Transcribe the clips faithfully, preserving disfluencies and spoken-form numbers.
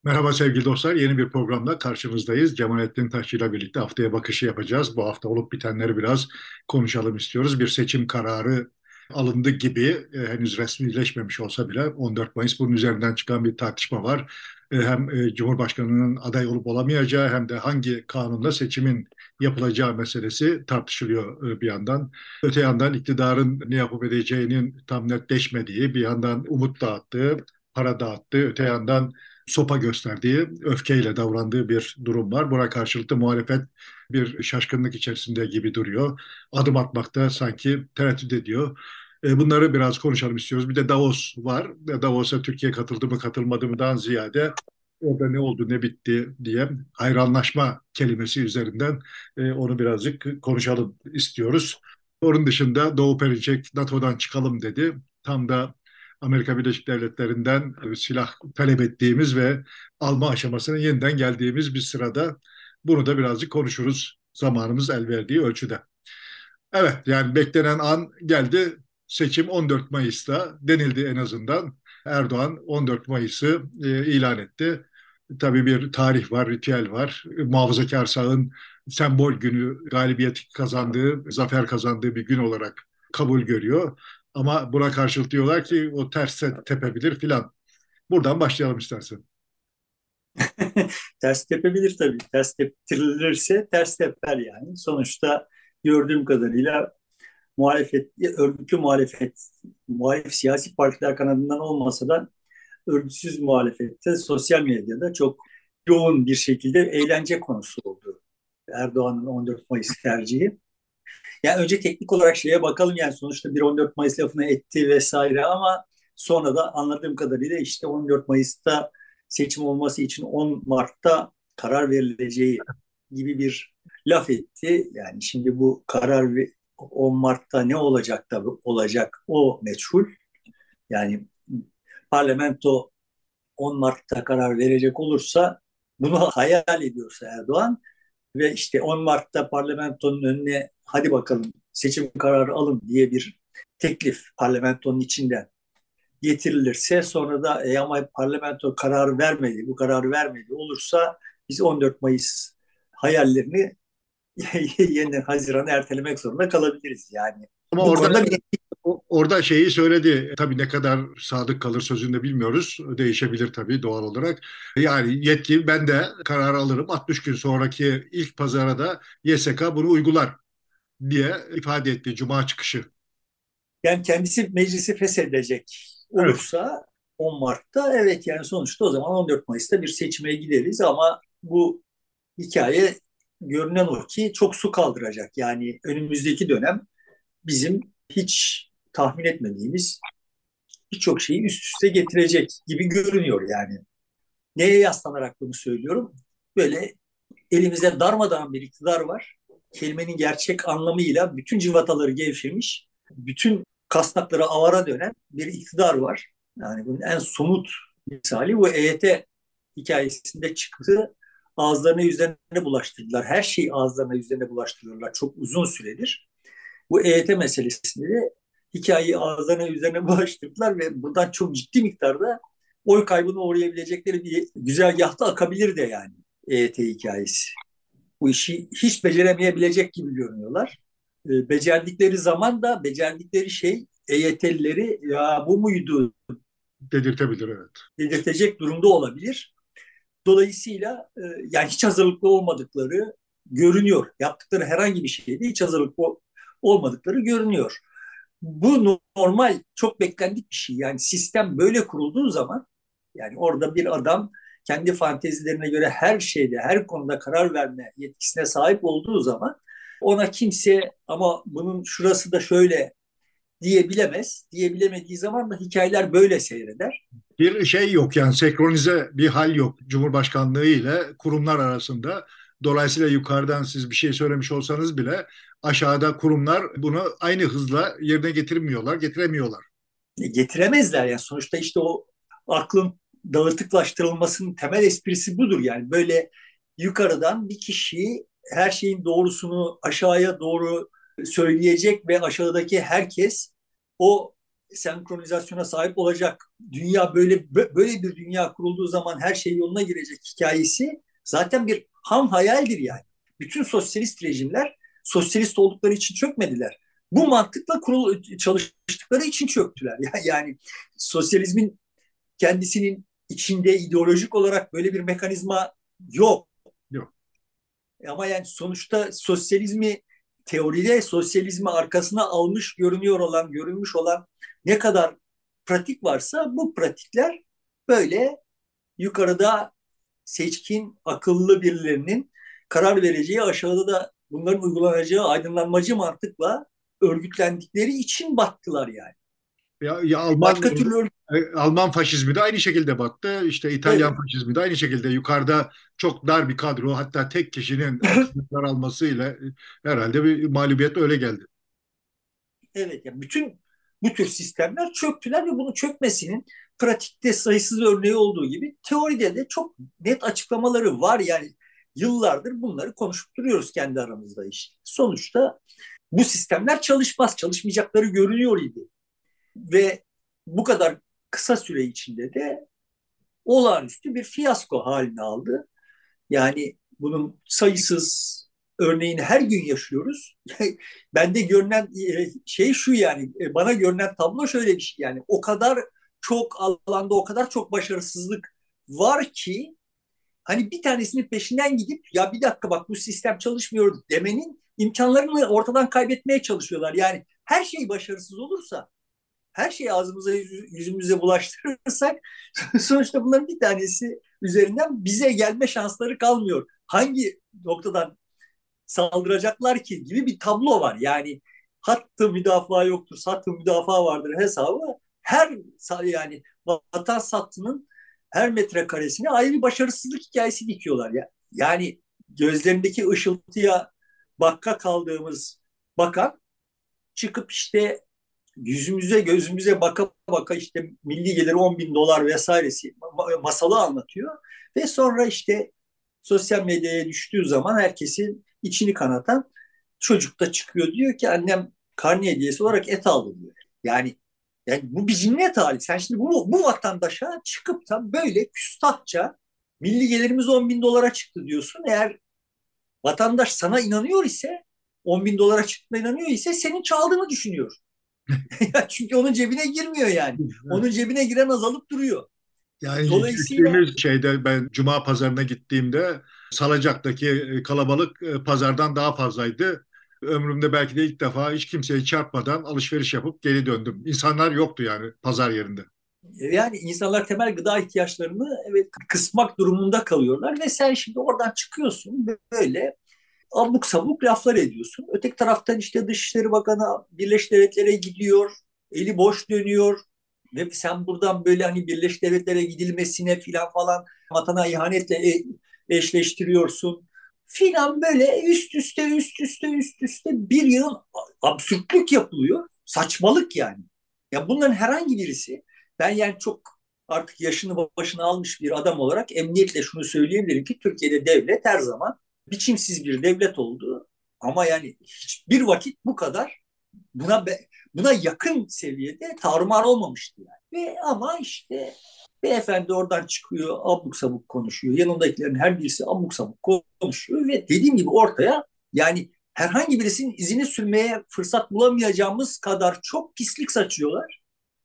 Merhaba sevgili dostlar. Yeni bir programda karşınızdayız. Cemalettin Taşçı ile birlikte haftaya bakışı yapacağız. Bu hafta olup bitenleri biraz konuşalım istiyoruz. Bir seçim kararı alındı gibi e, henüz resmileşmemiş olsa bile on dört Mayıs bunun üzerinden çıkan bir tartışma var. E, hem e, Cumhurbaşkanı'nın aday olup olamayacağı hem de hangi kanunla seçimin yapılacağı meselesi tartışılıyor e, bir yandan. Öte yandan iktidarın ne yapıp edeceğinin tam netleşmediği, bir yandan umut dağıttığı, para dağıttığı, öte yandan sopa gösterdiği, öfkeyle davrandığı bir durum var. Buna karşılık da muhalefet bir şaşkınlık içerisinde gibi duruyor. Adım atmakta sanki tereddüt ediyor. E, Bunları biraz konuşalım istiyoruz. Bir de Davos var. E, Davos'a Türkiye katıldı mı katılmadı mıdan ziyade orada ne oldu ne bitti diye hayranlaşma kelimesi üzerinden e, onu birazcık konuşalım istiyoruz. Onun dışında Doğu Perinçek NATO'dan çıkalım dedi. Tam da Amerika Birleşik Devletleri'nden silah talep ettiğimiz ve alma aşamasına yeniden geldiğimiz bir sırada bunu da birazcık konuşuruz zamanımız el verdiği ölçüde. Evet, yani beklenen an geldi. Seçim on dört Mayıs'ta denildi en azından. Erdoğan on dört Mayıs'ı e, ilan etti. Tabii bir tarih var, ritüel var. Muhafazakar sağın sembol günü, galibiyet kazandığı, zafer kazandığı bir gün olarak kabul görüyor. Ama buna karşılık diyorlar ki o terse tepebilir filan. Buradan başlayalım istersen. Ters tepebilir tabii. Ters teptirilirse ters teper yani. Sonuçta gördüğüm kadarıyla muhalefet, örgütlü muhalefet, muhalif siyasi partiler kanadından olmasa da örgütsüz muhalefette sosyal medyada çok yoğun bir şekilde eğlence konusu oldu. Erdoğan'ın on dört Mayıs tercihi. Yani önce teknik olarak şeye bakalım yani sonuçta bir on dört Mayıs lafını etti vesaire ama sonra da anladığım kadarıyla işte on dört Mayıs'ta seçim olması için on Mart'ta karar verileceği gibi bir laf etti. Yani şimdi bu karar on Mart'ta ne olacak tabii olacak o meçhul. Yani parlamento on Mart'ta karar verecek olursa bunu hayal ediyorsa Erdoğan ve işte on Mart'ta parlamentonun önüne hadi bakalım seçim kararı alın diye bir teklif parlamentonun içinden getirilirse sonra da e, ama parlamento kararı vermedi, bu kararı vermedi olursa biz on dört Mayıs hayallerini yeniden Haziran'a ertelemek zorunda kalabiliriz yani. Ama Bu orada konuda bir o- orada şeyi söyledi. Tabii ne kadar sadık kalır sözünde bilmiyoruz. Değişebilir tabii doğal olarak. Yani yetki ben de karar alırım. altmış gün sonraki ilk pazara da Y S K bunu uygular diye ifade etti Cuma çıkışı. yani kendisi meclisi feshedecek Evet. olursa on Mart'ta evet yani sonuçta o zaman on dört Mayıs'ta bir seçime gideriz ama bu hikaye görünen o ki çok su kaldıracak. Yani önümüzdeki dönem bizim hiç tahmin etmediğimiz birçok şeyi üst üste getirecek gibi görünüyor yani. Neye yaslanarak bunu söylüyorum? Böyle elimizde darmadağın bir iktidar var. Kelimenin gerçek anlamıyla bütün cıvataları gevşemiş, bütün kasnakları avara dönen bir iktidar var. Yani bunun en somut misali bu E Y T hikayesinde çıktı. Ağızlarına yüzlerine bulaştırdılar. Her şeyi ağızlarına yüzlerine bulaştırıyorlar çok uzun süredir. Bu E Y T meselesinde de hikayeyi ağızlarına yüzlerine bulaştırdılar ve buradan çok ciddi miktarda oy kaybına uğrayabilecekleri bir güzergahta akabilir de yani E Y T hikayesi. Bu işi hiç beceremeyebilecek gibi görünüyorlar. E, becerdikleri zaman da becerdikleri şey E Y T'lileri ya bu muydu Dedirtebilir, evet. dedirtecek durumda olabilir. Dolayısıyla e, yani hiç hazırlıklı olmadıkları görünüyor. Yaptıkları herhangi bir şeyde hiç hazırlıklı olmadıkları görünüyor. Bu normal, çok beklendik bir şey. Yani sistem böyle kurulduğu zaman yani orada bir adam kendi fantezilerine göre her şeyde, her konuda karar verme yetkisine sahip olduğu zaman ona kimse ama bunun şurası da şöyle diyebilemez. Diyebilemediği zaman da hikayeler böyle seyreder. Bir şey yok, yani senkronize bir hal yok Cumhurbaşkanlığı ile kurumlar arasında. Dolayısıyla yukarıdan siz bir şey söylemiş olsanız bile aşağıda kurumlar bunu aynı hızla yerine getirmiyorlar, getiremiyorlar. E, getiremezler yani sonuçta işte o aklın dağıtıklaştırılmasının temel esprisi budur yani böyle yukarıdan bir kişi her şeyin doğrusunu aşağıya doğru söyleyecek ve aşağıdaki herkes o senkronizasyona sahip olacak. Dünya böyle böyle bir dünya kurulduğu zaman her şey yoluna girecek hikayesi zaten bir ham hayaldir yani. Bütün sosyalist rejimler sosyalist oldukları için çökmediler. Bu mantıkla kurul çalıştıkları için çöktüler. Yani sosyalizmin kendisinin içinde ideolojik olarak böyle bir mekanizma yok. Yok. Ama yani sonuçta sosyalizmi teoride sosyalizmi arkasına almış görünüyor olan, görünmüş olan ne kadar pratik varsa bu pratikler böyle yukarıda seçkin, akıllı birilerinin karar vereceği, aşağıda da bunların uygulanacağı aydınlanmacı mantıkla örgütlendikleri için battılar yani. Ya, ya Alman Başka türlü e, Alman faşizmi de aynı şekilde battı. İşte İtalyan evet, faşizmi de aynı şekilde yukarıda çok dar bir kadro, hatta tek kişinin altınlar almasıyla e, herhalde bir mağlubiyet öyle geldi. evet yani bütün bu tür sistemler çöktüler ve bunun çökmesinin pratikte sayısız örneği olduğu gibi teoride de çok net açıklamaları var. Yani yıllardır bunları konuşup duruyoruz kendi aramızda işte. Sonuçta bu sistemler çalışmaz, çalışmayacakları görünüyor idi. Ve bu kadar kısa süre içinde de olağanüstü bir fiyasko haline aldı. Yani bunun sayısız örneğini her gün yaşıyoruz. Bende görünen e, şey şu yani e, bana görünen tablo şöyle bir şey yani o kadar çok alanda o kadar çok başarısızlık var ki hani bir tanesinin peşinden gidip ya bir dakika bak bu sistem çalışmıyor demenin imkanlarını ortadan kaybetmeye çalışıyorlar. Yani her şey başarısız olursa her şeyi ağzımıza yüzümüze bulaştırırsak sonuçta bunların bir tanesi üzerinden bize gelme şansları kalmıyor. Hangi noktadan saldıracaklar ki gibi bir tablo var. Yani hattı müdafaa yoktur, sattı müdafaa vardır hesabı. Her yani vatan sattının her metrekaresine ayrı bir başarısızlık hikayesi dikiyorlar ya. Yani gözlerindeki ışıltıya bakka kaldığımız bakan çıkıp işte yüzümüze gözümüze baka baka işte milli geliri on bin dolar vesairesi masalı anlatıyor. Ve sonra işte sosyal medyaya düştüğü zaman herkesin içini kanatan çocuk da çıkıyor diyor ki annem karne hediyesi olarak et aldı diyor. Yani yani bu bir cinnet hali. Sen şimdi bu, bu vatandaşa çıkıp da böyle küstahça milli gelirimiz on bin dolara çıktı diyorsun. Eğer vatandaş sana inanıyor ise on bin dolara çıktığına inanıyor ise senin çaldığını düşünüyor. Çünkü onun cebine girmiyor yani. Onun cebine giren azalıp duruyor. Yani Dolayısıyla gittiğimiz şeyde ben Cuma pazarına gittiğimde Salacak'taki e, kalabalık e, pazardan daha fazlaydı. Ömrümde belki de ilk defa hiç kimseyi çarpmadan alışveriş yapıp geri döndüm. İnsanlar yoktu yani pazar yerinde. yani insanlar temel gıda ihtiyaçlarını evet kısmak durumunda kalıyorlar ve sen şimdi oradan çıkıyorsun böyle abuk sabuk laflar ediyorsun. Öteki taraftan işte Dışişleri Bakanı Birleşik Devletlere gidiyor, eli boş dönüyor ve sen buradan böyle hani Birleşik Devletlere gidilmesine filan falan vatana ihanetle e- eşleştiriyorsun filan böyle üst üste üst üste üst üste bir yıl absürtlük yapılıyor. Saçmalık yani. Ya bunların herhangi birisi ben yani çok artık yaşını başına almış bir adam olarak emniyetle şunu söyleyebilirim ki Türkiye'de devlet her zaman biçimsiz bir devlet oldu. Ama yani hiçbir vakit bu kadar buna buna yakın seviyede tarumar olmamıştı yani. Ve ama işte beyefendi oradan çıkıyor, abuk sabuk konuşuyor. Yanındakilerin her birisi abuk sabuk konuşuyor ve dediğim gibi ortaya yani herhangi birisinin izini sürmeye fırsat bulamayacağımız kadar çok pislik saçıyorlar.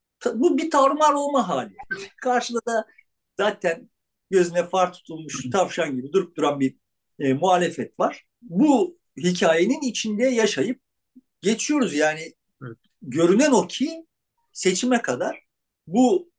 Bu bir tarumar olma hali. Karşıda da zaten gözüne far tutulmuş tavşan gibi durup duran bir e, muhalefet var. Bu hikayenin içinde yaşayıp geçiyoruz. Yani Evet. görünen o ki seçime kadar bu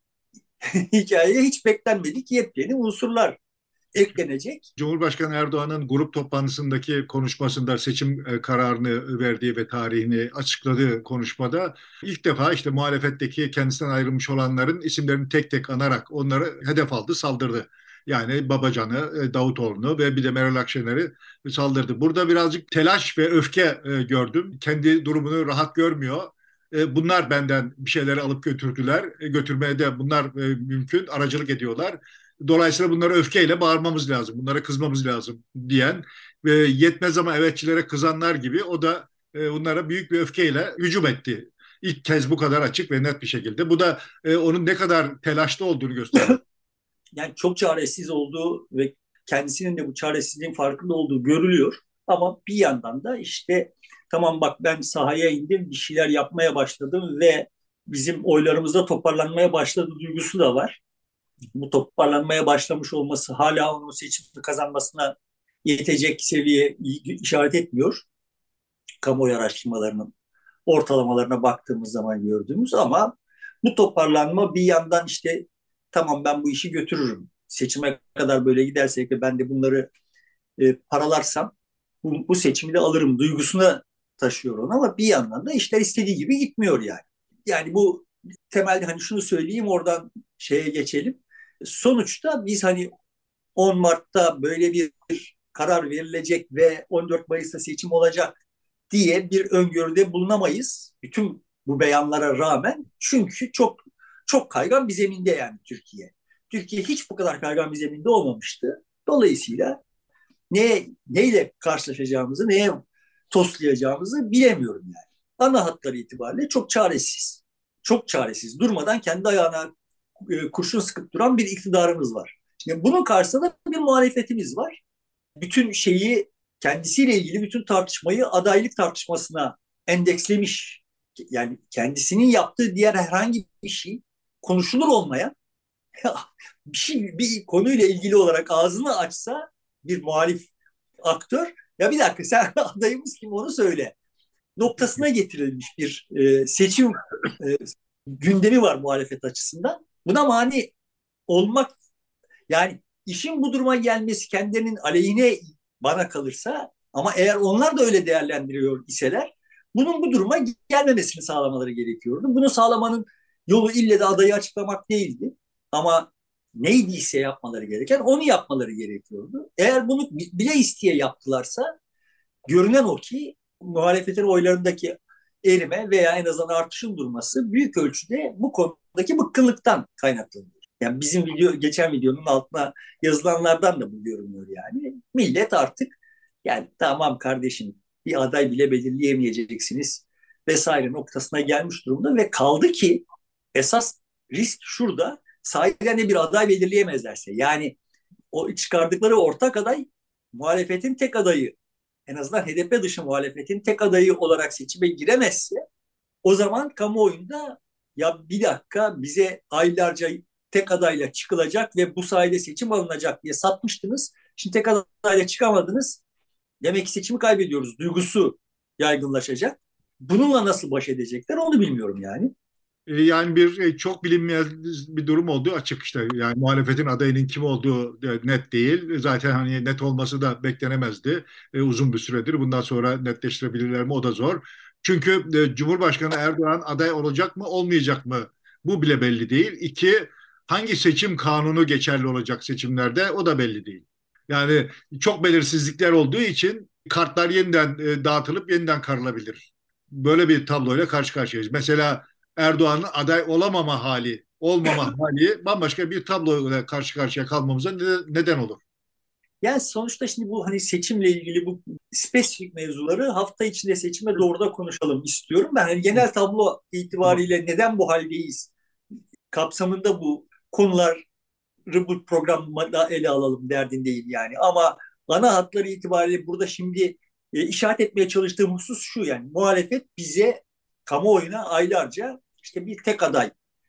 hikayeye hiç beklenmedik yepyeni unsurlar eklenecek. Cumhurbaşkanı Erdoğan'ın grup toplantısındaki konuşmasında seçim e, kararını verdiği ve tarihini açıkladığı konuşmada ilk defa işte muhalefetteki kendisinden ayrılmış olanların isimlerini tek tek anarak onları hedef aldı, saldırdı. Yani Babacan'ı, e, Davutoğlu'nu ve bir de Meral Akşener'i saldırdı. Burada birazcık telaş ve öfke e, gördüm. Kendi durumunu rahat görmüyor. E, Bunlar benden bir şeyleri alıp götürdüler. E, Götürmeye de bunlar e, mümkün, aracılık ediyorlar. Dolayısıyla bunlara öfkeyle bağırmamız lazım, bunlara kızmamız lazım diyen ve yetmez ama evetçilere kızanlar gibi o da e, bunlara büyük bir öfkeyle hücum etti. İlk kez bu kadar açık ve net bir şekilde. Bu da e, onun ne kadar telaşlı olduğunu gösteriyor. Yani çok çaresiz olduğu ve kendisinin de bu çaresizliğin farkında olduğu görülüyor. Ama bir yandan da işte tamam bak ben sahaya indim, bir şeyler yapmaya başladım ve bizim oylarımızda toparlanmaya başladı duygusu da var. Bu toparlanmaya başlamış olması hala onun seçimi kazanmasına yetecek seviye işaret etmiyor. Kamuoyu araştırmalarının ortalamalarına baktığımız zaman gördüğümüz ama bu toparlanma bir yandan işte tamam ben bu işi götürürüm. Seçime kadar böyle gidersek ve ben de bunları e, paralarsam bu, bu seçimi de alırım duygusuna taşıyor onu ama bir yandan da işler istediği gibi gitmiyor yani. Yani bu temelde hani şunu söyleyeyim oradan şeye geçelim. Sonuçta biz hani on Mart'ta böyle bir karar verilecek ve on dört Mayıs'ta seçim olacak diye bir öngörüde bulunamayız. Bütün bu beyanlara rağmen çünkü çok çok kaygan bir zeminde yani Türkiye. Türkiye hiç bu kadar kaygan bir zeminde olmamıştı. Dolayısıyla ne neyle karşılaşacağımızı, neye toslayacağımızı bilemiyorum yani. Ana hatları itibariyle çok çaresiz. Çok çaresiz. Durmadan kendi ayağına e, kurşun sıkıp duran bir iktidarımız var. Şimdi bunun karşısında bir muhalefetimiz var. Bütün şeyi kendisiyle ilgili bütün tartışmayı adaylık tartışmasına endekslemiş. Yani kendisinin yaptığı diğer herhangi bir şey konuşulur olmayan bir şey bir konuyla ilgili olarak ağzını açsa bir muhalif aktör ya bir dakika sen adayımız kim onu söyle noktasına getirilmiş bir e, seçim e, gündemi var muhalefet açısından. Buna mani olmak yani işin bu duruma gelmesi kendilerinin aleyhine bana kalırsa ama eğer onlar da öyle değerlendiriyor iseler bunun bu duruma gelmemesini sağlamaları gerekiyordu. Bunu sağlamanın yolu ille de adayı açıklamak değildi. Ama neydiyse yapmaları gereken onu yapmaları gerekiyordu. Eğer bunu bile isteye yaptılarsa görünen o ki muhalefetin oylarındaki erime veya en azından artışın durması büyük ölçüde bu konudaki bıkkınlıktan kaynaklanıyor. Yani bizim video, geçen videonun altına yazılanlardan da bu görünüyor yani. Millet artık yani tamam kardeşim bir aday bile belirleyemeyeceksiniz vesaire noktasına gelmiş durumda ve kaldı ki esas risk şurada sahiden de bir aday belirleyemezlerse yani o çıkardıkları ortak aday muhalefetin tek adayı en azından H D P dışı muhalefetin tek adayı olarak seçime giremezse o zaman kamuoyunda ya bir dakika bize aylarca tek adayla çıkılacak ve bu sayede seçim alınacak diye satmıştınız. Şimdi tek adayla çıkamadınız. Demek ki seçimi kaybediyoruz. Duygusu yaygınlaşacak. Bununla nasıl baş edecekler onu bilmiyorum yani. E, Yani bir e, çok bilinmeyen bir durum olduğu açık işte. Yani muhalefetin adayının kim olduğu e, net değil. Zaten hani net olması da beklenemezdi. E, uzun bir süredir. Bundan sonra netleştirebilirler mi o da zor. Çünkü e, Cumhurbaşkanı Erdoğan aday olacak mı olmayacak mı? Bu bile belli değil. İki, hangi seçim kanunu geçerli olacak seçimlerde o da belli değil. Yani çok belirsizlikler olduğu için kartlar yeniden e, dağıtılıp yeniden karılabilir. Böyle bir tabloyla karşı karşıyayız. Mesela Erdoğan'ın aday olamama hali, olmama hali bambaşka bir tabloyla karşı karşıya kalmamıza neden olur. Yani sonuçta şimdi bu hani seçimle ilgili bu spesifik mevzuları hafta içinde seçime doğru da konuşalım istiyorum. Ben hani genel tablo Tamam. itibariyle neden bu haldeyiz kapsamında bu konuları bu programda ele alalım derdindeyim yani. Ama ana hatları itibariyle burada şimdi e, işaret etmeye çalıştığım husus şu yani muhalefet bize kamuoyuna aylarca işte bir tek aday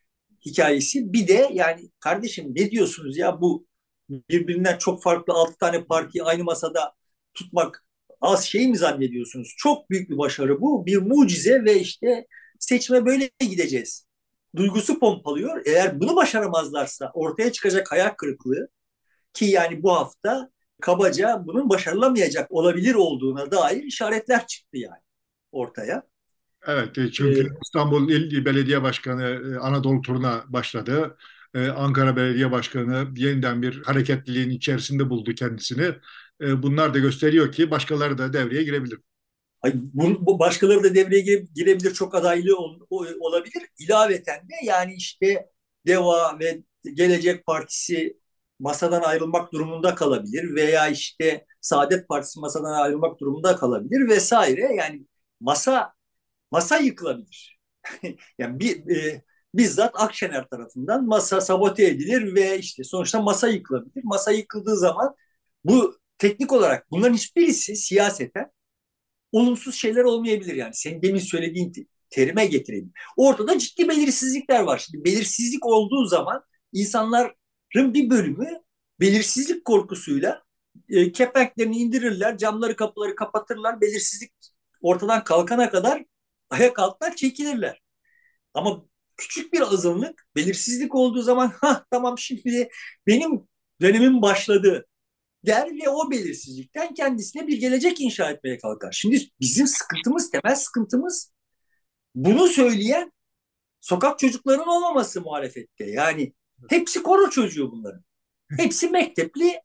hikayesi. Bir de yani kardeşim ne diyorsunuz ya bu birbirinden çok farklı altı tane partiyi aynı masada tutmak az şey mi zannediyorsunuz? Çok büyük bir başarı bu. Bir mucize ve işte seçime böyle gideceğiz. Duygusu pompalıyor. Eğer bunu başaramazlarsa ortaya çıkacak hayal kırıklığı ki yani bu hafta kabaca bunun başarılamayacak olabilir olduğuna dair işaretler çıktı yani ortaya. Evet, e, çünkü Ee, İstanbul İl Belediye Başkanı e, Anadolu turuna başladı. E, Ankara Belediye Başkanı yeniden bir hareketliliğin içerisinde buldu kendisini. E, Bunlar da gösteriyor ki başkaları da devreye girebilir. Ay, bu, bu başkaları da devreye gire- girebilir, çok adaylı ol- o- olabilir. İlaveten de yani işte DEVA ve Gelecek Partisi masadan ayrılmak durumunda kalabilir veya işte Saadet Partisi masadan ayrılmak durumunda kalabilir vesaire. Yani masa masa yıkılabilir. Yani bir e, bizzat Akşener tarafından masa sabote edilir ve işte sonuçta masa yıkılabilir. Masa yıkıldığı zaman bu teknik olarak bunların hiçbirisi siyaseten olumsuz şeyler olmayabilir yani. Senin demin söylediğin terime getireyim. Ortada ciddi belirsizlikler var. Şimdi belirsizlik olduğu zaman insanların bir bölümü belirsizlik korkusuyla e, kepenklerini indirirler, camları kapıları kapatırlar, belirsizlik ortadan kalkana kadar ayak altından çekilirler. Ama küçük bir azınlık belirsizlik olduğu zaman ha tamam şimdi benim dönemim başladı der ve o belirsizlikten kendisine bir gelecek inşa etmeye kalkar. Şimdi bizim sıkıntımız, temel sıkıntımız bunu söyleyen sokak çocukların olmaması muhalefette. Yani hepsi koro çocuğu bunların. Hepsi mektepli,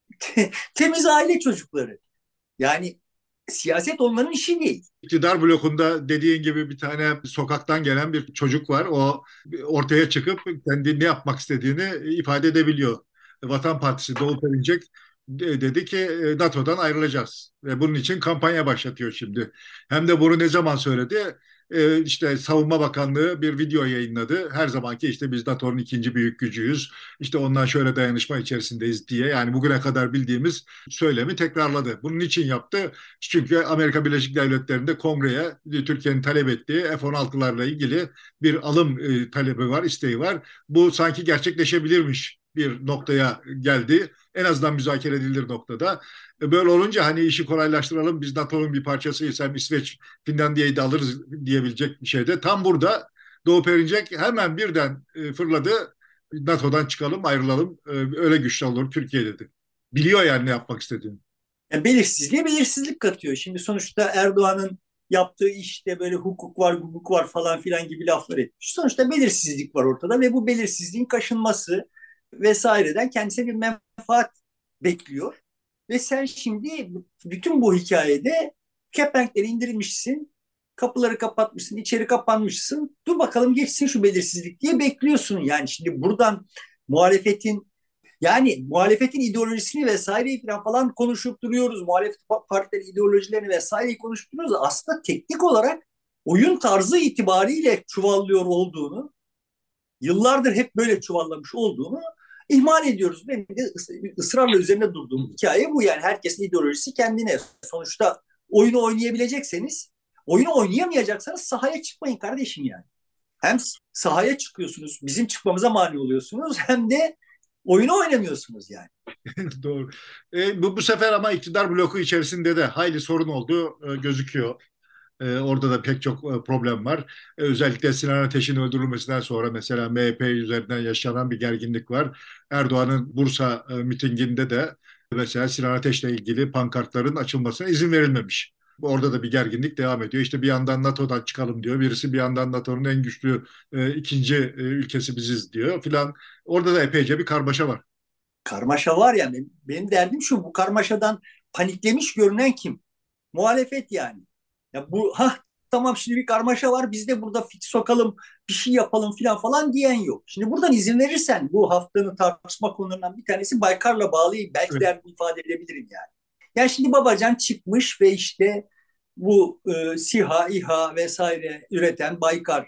temiz aile çocukları. Yani siyaset onların işi değil. İktidar blokunda dediğin gibi bir tane sokaktan gelen bir çocuk var. O ortaya çıkıp kendi ne yapmak istediğini ifade edebiliyor. Vatan Partisi Doğu Perinçek dedi ki NATO'dan ayrılacağız. Ve bunun için kampanya başlatıyor şimdi. Hem de bunu ne zaman söyledi? Ee, işte Savunma Bakanlığı bir video yayınladı. Her zamanki işte biz NATO'nun ikinci büyük gücüyüz. İşte ondan şöyle dayanışma içerisindeyiz diye. Yani bugüne kadar bildiğimiz söylemi tekrarladı. Bunun için yaptı. Çünkü Amerika Birleşik Devletleri'nde kongreye Türkiye'nin talep ettiği F on altılarla ilgili bir alım e, talebi var, isteği var. Bu sanki gerçekleşebilirmiş bir noktaya geldi. En azından müzakere edilir noktada. E, Böyle olunca hani işi kolaylaştıralım, biz NATO'nun bir parçasıyız, hem İsveç, Finlandiya'yı da alırız diyebilecek bir şeyde. Tam burada Doğu Perinçek hemen birden e, fırladı. NATO'dan çıkalım, ayrılalım. E, öyle güçlü olur Türkiye dedi. Biliyor yani ne yapmak istediğini. Yani belirsizliğe belirsizlik katıyor. Şimdi sonuçta Erdoğan'ın yaptığı işte böyle hukuk var, hukuk var falan filan gibi laflar etmiş. Sonuçta belirsizlik var ortada ve bu belirsizliğin kaşınması vesaireden kendisine bir menfaat bekliyor. Ve sen şimdi bütün bu hikayede kepenkleri indirmişsin, kapıları kapatmışsın, içeri kapanmışsın. Dur bakalım geçsin şu belirsizlik diye bekliyorsun. Yani şimdi buradan muhalefetin yani muhalefetin ideolojisini vesaireyi falan, falan konuşup duruyoruz. Muhalefet partileri ideolojilerini vesaireyi konuşup duruyoruz. Aslında teknik olarak oyun tarzı itibariyle çuvallıyor olduğunu, yıllardır hep böyle çuvallamış olduğunu ihmal ediyoruz. Benim de ısrarla üzerine durduğum hikaye bu. Yani herkesin ideolojisi kendine. Sonuçta oyunu oynayabilecekseniz, oyunu oynayamayacaksanız sahaya çıkmayın kardeşim yani. Hem sahaya çıkıyorsunuz, bizim çıkmamıza mani oluyorsunuz hem de oyunu oynamıyorsunuz yani. Doğru. E, bu, bu sefer ama iktidar bloku içerisinde de hayli sorun olduğu e, gözüküyor. E, orada da pek çok e, problem var. E, özellikle Sinan Ateş'in öldürülmesinden sonra mesela M H P üzerinden yaşanan bir gerginlik var. Erdoğan'ın Bursa e, mitinginde de mesela Sinan Ateş'le ilgili pankartların açılmasına izin verilmemiş. Orada da bir gerginlik devam ediyor. İşte bir yandan NATO'dan çıkalım diyor. Birisi bir yandan NATO'nun en güçlü e, ikinci e, ülkesi biziz diyor filan. Orada da epeyce bir karmaşa var. Karmaşa var ya benim, benim derdim şu bu karmaşadan paniklemiş görünen kim? Muhalefet yani. Ya bu ha tamam şimdi bir karmaşa var biz de burada fix sokalım bir şey yapalım filan falan diyen yok. Şimdi buradan izin verirsen bu haftanın tartışma konularından bir tanesi Baykar'la bağlayayım belki Evet. de ifade edebilirim yani. Yani şimdi Babacan çıkmış ve işte bu e, SİHA, İHA vesaire üreten Baykar'ın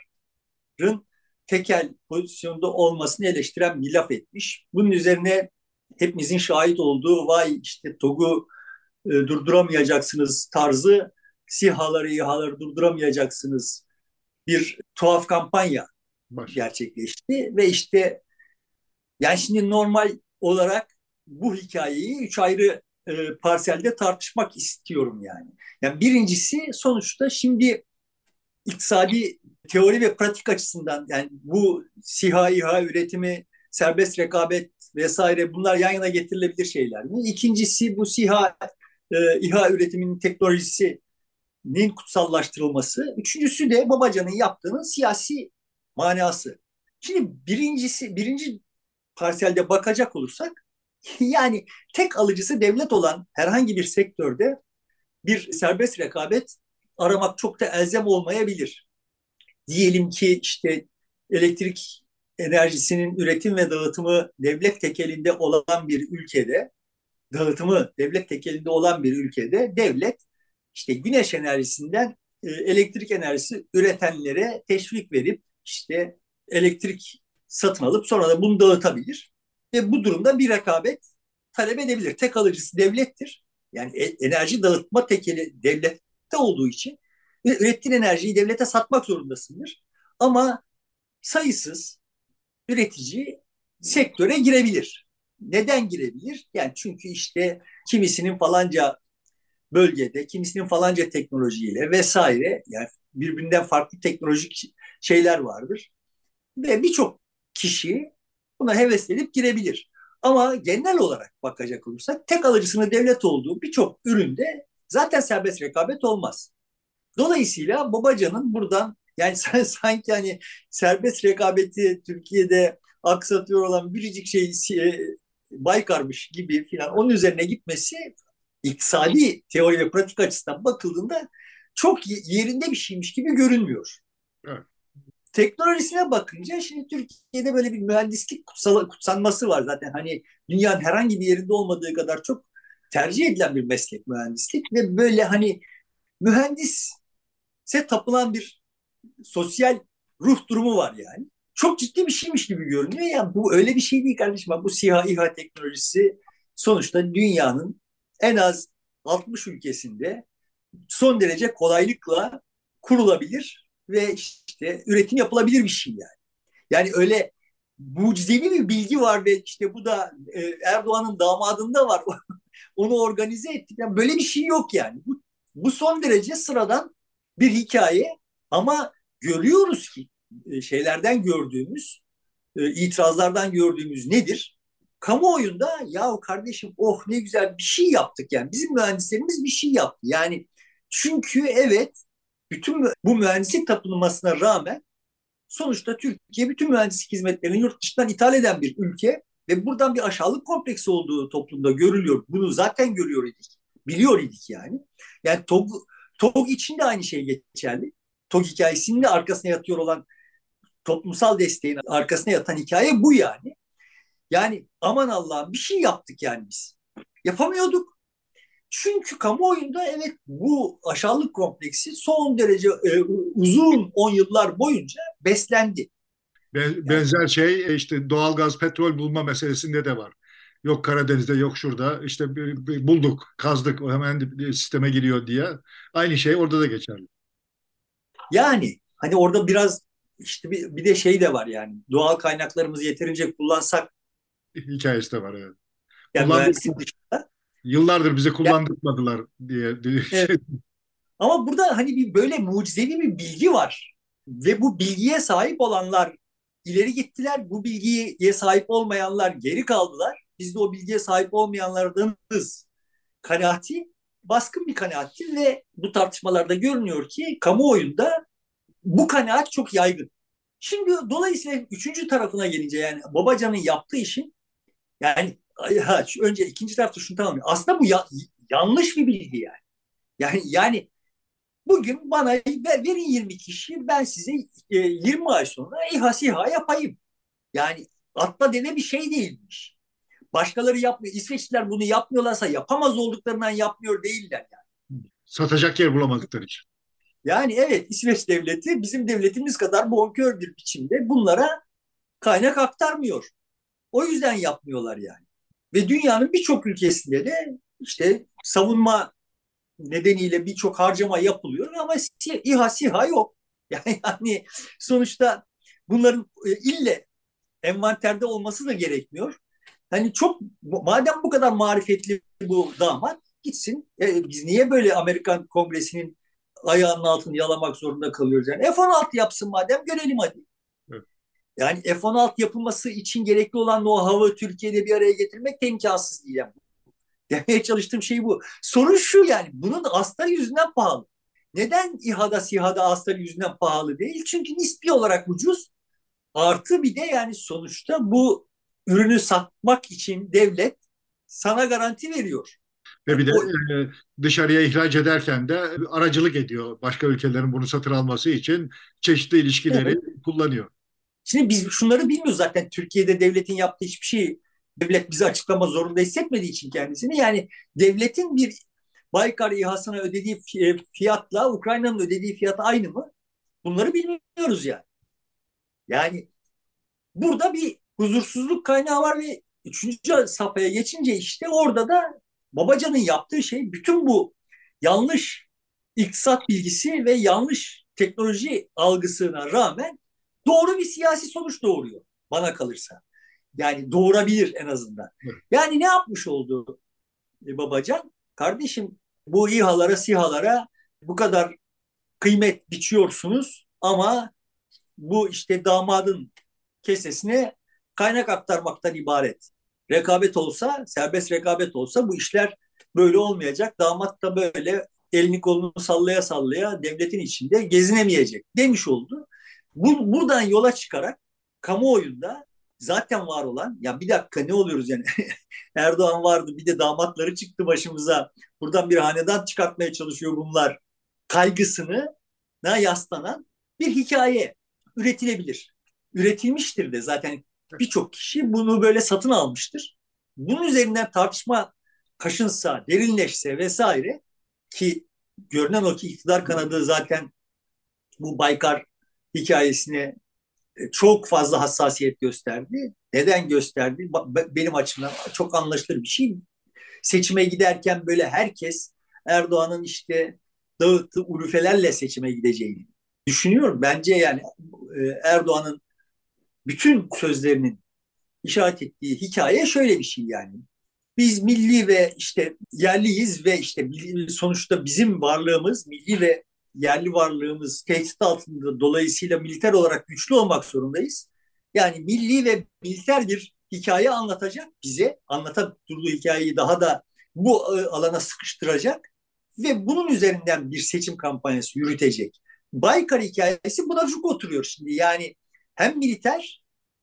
tekel pozisyonda olmasını eleştiren bir laf etmiş. Bunun üzerine hepimizin şahit olduğu vay işte TOG'u e, durduramayacaksınız tarzı SİHA'ları, İHA'ları durduramayacaksınız bir tuhaf kampanya Başladı. gerçekleşti ve işte yani şimdi normal olarak bu hikayeyi üç ayrı e, parselde tartışmak istiyorum yani. Yani birincisi sonuçta şimdi iktisadi teori ve pratik açısından yani bu SİHA, İHA üretimi, serbest rekabet vesaire bunlar yan yana getirilebilir şeyler mi? İkincisi bu SİHA, e, İHA üretiminin teknolojisinin kutsallaştırılması. Üçüncüsü de Babacan'ın yaptığının siyasi manası. Şimdi birincisi, birinci parselde bakacak olursak yani tek alıcısı devlet olan herhangi bir sektörde bir serbest rekabet aramak çok da elzem olmayabilir. Diyelim ki işte elektrik enerjisinin üretim ve dağıtımı devlet tekelinde olan bir ülkede, dağıtımı devlet tekelinde olan bir ülkede devlet işte güneş enerjisinden e, elektrik enerjisi üretenlere teşvik verip işte elektrik satın alıp sonra da bunu dağıtabilir. Ve bu durumda bir rekabet talep edebilir. Tek alıcısı devlettir. Yani e, enerji dağıtma tekeli devlette olduğu için ürettiğin enerjiyi devlete satmak zorundasındır. Ama sayısız üretici sektöre girebilir. Neden girebilir? Yani çünkü işte kimisinin falanca bölgede, kimisinin falanca teknolojiyle vesaire, yani birbirinden farklı teknolojik şeyler vardır. Ve birçok kişi buna heveslenip girebilir. Ama genel olarak bakacak olursak tek alıcısının devlet olduğu birçok üründe zaten serbest rekabet olmaz. Dolayısıyla Babacan'ın buradan, yani sen sanki hani serbest rekabeti Türkiye'de aksatıyor olan biricik şey e, Baykar'mış gibi filan onun üzerine gitmesi iktisadi teori ve pratik açısından bakıldığında çok yerinde bir şeymiş gibi görünmüyor. Evet. Teknolojisine bakınca şimdi Türkiye'de böyle bir mühendislik kutsal, kutsanması var zaten. Hani dünyanın herhangi bir yerinde olmadığı kadar çok tercih edilen bir meslek mühendislik ve böyle hani mühendisse tapılan bir sosyal ruh durumu var yani. Çok ciddi bir şeymiş gibi görünüyor. Yani bu öyle bir şey değil kardeşim. Bu SİHA, İHA teknolojisi sonuçta dünyanın en az altmış ülkesinde son derece kolaylıkla kurulabilir ve işte üretim yapılabilir bir şey yani. Yani öyle mucizevi bir bilgi var ve işte bu da e, Erdoğan'ın damadında var. Onu organize ettik. Yani böyle bir şey yok yani. Bu, bu son derece sıradan bir hikaye ama görüyoruz ki e, şeylerden gördüğümüz, e, itirazlardan gördüğümüz nedir? Kamuoyunda ya kardeşim oh ne güzel bir şey yaptık yani. Bizim mühendislerimiz bir şey yaptı. Yani çünkü evet bütün bu mühendislik tapınmasına rağmen sonuçta Türkiye bütün mühendislik hizmetlerini yurt dışından ithal eden bir ülke ve buradan bir aşağılık kompleksi olduğu toplumda görülüyor. Bunu zaten görüyor idik. Biliyor idik yani. Yani TOG, TOG için de aynı şey geçerli. TOG hikayesinin de arkasına yatıyor olan toplumsal desteğin arkasına yatan hikaye bu yani. Yani aman Allah'ım bir şey yaptık yani biz. Yapamıyorduk. Çünkü kamuoyunda evet bu aşağılık kompleksi son derece e, uzun on yıllar boyunca beslendi. Yani Benzer şey e, işte doğalgaz, petrol bulma meselesinde de var. Yok Karadeniz'de, yok şurada. İşte bulduk, kazdık, o hemen sisteme giriyor diye. Aynı şey orada da geçerli. Yani hani orada biraz işte bir, bir de şey de var yani doğal kaynaklarımızı yeterince kullansak Hikayesi de var. Evet. yani Kullandık, mühendislik dışında. yıllardır bize Yani, kullandırmadılar diye, diye evet. şey. Ama burada hani bir böyle mucizevi bir bilgi var ve bu bilgiye sahip olanlar ileri gittiler. Bu bilgiye sahip olmayanlar geri kaldılar. Biz de o bilgiye sahip olmayanlardanız. Kanaati baskın bir kanaattir ve bu tartışmalarda görünüyor ki kamuoyunda bu kanaat çok yaygın. Şimdi dolayısıyla üçüncü tarafına gelince yani Babacan'ın yaptığı işin yani ha, önce ikinci tarafta şunu tamam. Aslında bu ya, yanlış bir bilgi yani. Yani yani bugün bana ver, verin yirmi kişi ben size e, yirmi ay sonra İHA SİHA yapayım. Yani atla deve bir şey değilmiş. Başkaları yapmıyor. İsveçliler bunu yapmıyorlarsa yapamaz olduklarından yapmıyor değiller yani. Satacak yer bulamadıkları için. Yani evet İsveç devleti bizim devletimiz kadar bonkör bir biçimde bunlara kaynak aktarmıyor. O yüzden yapmıyorlar yani. Ve dünyanın birçok ülkesinde de işte savunma nedeniyle birçok harcama yapılıyor ama İHA SİHA yok. Yani, yani sonuçta bunların e, ille envanterde olması da gerekmiyor. Hani çok madem bu kadar marifetli bu damat gitsin. E, biz niye böyle Amerikan Kongresi'nin ayağının altını yalamak zorunda kalıyoruz yani? F on altı yapsın madem görelim hadi. Evet. Yani F on altı yapılması için gerekli olan know-how'ı Türkiye'de bir araya getirmek de imkansız değil. Yani. Demeye çalıştığım şey bu. Sorun şu yani bunun astarı yüzünden pahalı. Neden İHA'da SİHA'da astarı yüzünden pahalı değil? Çünkü nispi olarak ucuz. Artı bir de yani sonuçta bu ürünü satmak için devlet sana garanti veriyor. Ve Yani bir de o, e, dışarıya ihraç ederken de aracılık ediyor. Başka ülkelerin bunu satın alması için çeşitli ilişkileri evet. kullanıyor. Şimdi biz şunları bilmiyoruz zaten. Türkiye'de devletin yaptığı hiçbir şey devlet bize açıklama zorunda hissetmediği için kendisini. Yani devletin bir Baykar İHA'sına ödediği fiyatla Ukrayna'nın ödediği fiyat aynı mı? Bunları bilmiyoruz yani. Yani burada bir huzursuzluk kaynağı var ve üçüncü safhaya geçince işte orada da Babacan'ın yaptığı şey bütün bu yanlış iktisat bilgisi ve yanlış teknoloji algısına rağmen doğru bir siyasi sonuç doğuruyor bana kalırsa. Yani doğurabilir en azından. Evet. Yani ne yapmış oldu e, Babacan? Kardeşim bu İHA'lara, SİHA'lara bu kadar kıymet biçiyorsunuz ama bu işte damadın kesesine kaynak aktarmaktan ibaret. Rekabet olsa, serbest rekabet olsa bu işler böyle olmayacak. Damat da böyle elini kolunu sallaya sallaya devletin içinde gezinemeyecek demiş oldu. Bu, buradan yola çıkarak kamuoyunda zaten var olan, ya bir dakika ne oluyoruz yani, Erdoğan vardı bir de damatları çıktı başımıza, buradan bir hanedan çıkartmaya çalışıyor bunlar kaygısını na yaslanan bir hikaye üretilebilir. Üretilmiştir de zaten, birçok kişi bunu böyle satın almıştır. Bunun üzerinden tartışma kaşınsa, derinleşse vesaire, ki görünen o ki iktidar kanadı zaten bu Baykar hikayesine e, çok fazla hassasiyet gösterdi. Neden gösterdi? Benim açımdan çok anlaşılır bir şey. Seçime giderken böyle herkes Erdoğan'ın işte dağıttığı ulufelerle seçime gideceğini düşünüyorum. Bence yani e, Erdoğan'ın bütün sözlerinin işaret ettiği hikaye şöyle bir şey yani. Biz milli ve işte yerliyiz ve işte sonuçta bizim varlığımız, milli ve yerli varlığımız tehdit altında, dolayısıyla militer olarak güçlü olmak zorundayız. Yani milli ve militer bir hikaye anlatacak bize, anlatıp durduğu hikayeyi daha da bu e, alana sıkıştıracak ve bunun üzerinden bir seçim kampanyası yürütecek. Baykar hikayesi buna çok oturuyor şimdi. Yani hem militer,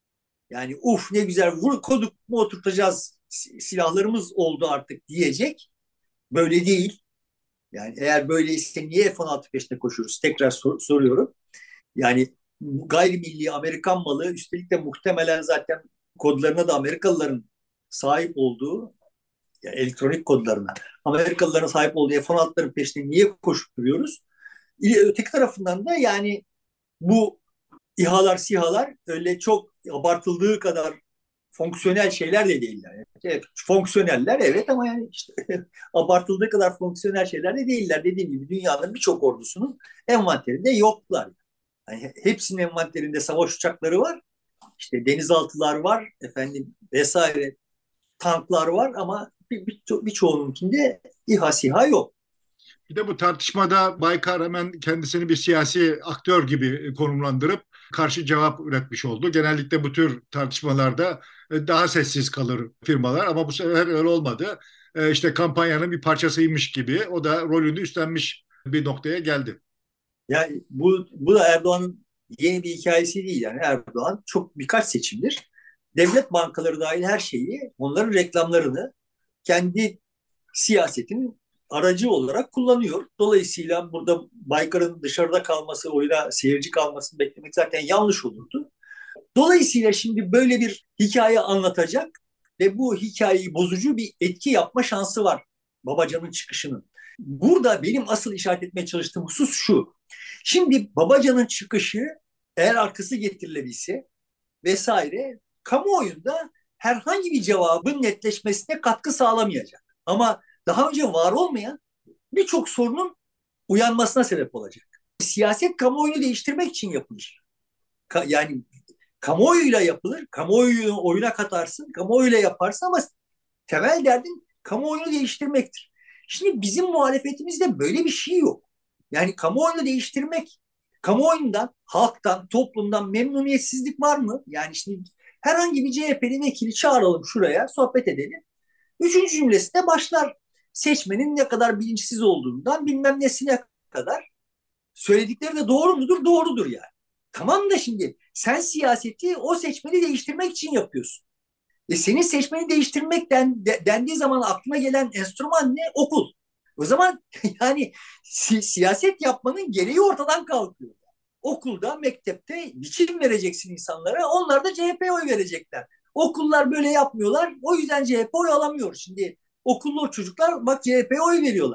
yani uf ne güzel vur koduk mu oturtacağız, silahlarımız oldu artık diyecek. Böyle değil. Yani eğer böyleyse niye F on altı peşine koşuyoruz? Tekrar sor- soruyorum. Yani gayrimilli Amerikan malı, üstelik de muhtemelen zaten kodlarına da Amerikalıların sahip olduğu, yani elektronik kodlarına Amerikalıların sahip olduğu F on altıların peşine niye koşup duruyoruz? Öteki tarafından da yani bu İHA'lar, SİHA'lar öyle çok abartıldığı kadar fonksiyonel şeyler de değiller. Yani evet, fonksiyoneller evet ama yani işte abartıldığı kadar fonksiyonel şeyler de değiller. Dediğim gibi dünyanın birçok ordusunun envanterinde yoklar. Yani hepsinin envanterinde savaş uçakları var. İşte denizaltılar var, efendim vesaire, tanklar var ama bir, bir, birçoğununkinde İHA, SİHA yok. Bir de bu tartışmada Baykar hemen kendisini bir siyasi aktör gibi konumlandırıp karşı cevap üretmiş oldu. Genellikle bu tür tartışmalarda e, daha sessiz kalır firmalar ama bu sefer öyle olmadı. E, İşte kampanyanın bir parçasıymış gibi o da rolünü üstlenmiş bir noktaya geldi. Yani bu, bu da Erdoğan'ın yeni bir hikayesi değil. Yani Erdoğan çok birkaç seçimdir devlet bankaları dahil her şeyi, onların reklamlarını kendi siyasetin aracı olarak kullanıyor. Dolayısıyla burada Baykar'ın dışarıda kalması, oyuna seyirci kalmasını beklemek zaten yanlış olurdu. Dolayısıyla şimdi böyle bir hikaye anlatacak ve bu hikayeyi bozucu bir etki yapma şansı var Babacan'ın çıkışının. Burada benim asıl işaret etmeye çalıştığım husus şu. Şimdi Babacan'ın çıkışı eğer arkası getirilebilse vesaire, kamuoyunda herhangi bir cevabın netleşmesine katkı sağlamayacak. Ama daha önce var olmayan birçok sorunun uyanmasına sebep olacak. Siyaset kamuoyunu değiştirmek için yapılır. Ka- yani kamuoyuyla yapılır, kamuoyunu oyuna katarsın, kamuoyuyla yaparsın ama temel derdin kamuoyunu değiştirmektir. Şimdi bizim muhalefetimizde böyle bir şey yok. Yani kamuoyunu değiştirmek, kamuoyundan, halktan, toplumdan memnuniyetsizlik var mı? Yani şimdi herhangi bir C H P'li vekili çağıralım şuraya, sohbet edelim. Üçüncü cümlesinde başlar seçmenin ne kadar bilinçsiz olduğundan bilmem nesine kadar. Söyledikleri de doğru mudur? Doğrudur yani. Tamam da şimdi sen siyaseti o seçmeni değiştirmek için yapıyorsun. E senin seçmeni değiştirmek den, de, dendiği zaman aklına gelen enstrüman ne? Okul. O zaman yani si- siyaset yapmanın gereği ortadan kalkıyor. Okulda, mektepte biçim vereceksin insanlara. Onlar da C H P'ye oy verecekler. Okullar böyle yapmıyorlar. O yüzden C H P oy alamıyor. Şimdi okullu çocuklar bak C H P'ye oy veriyorlar.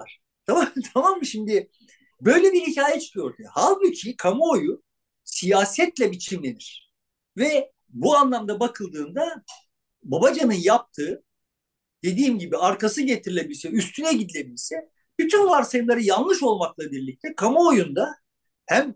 Tamam, tamam mı şimdi? Böyle bir hikaye çıkıyor ortaya. Halbuki kamuoyu siyasetle biçimlenir. Ve bu anlamda bakıldığında Babacan'ın yaptığı, dediğim gibi arkası getirilebilse, üstüne gidilebilse, bütün varsayımları yanlış olmakla birlikte kamuoyunda hem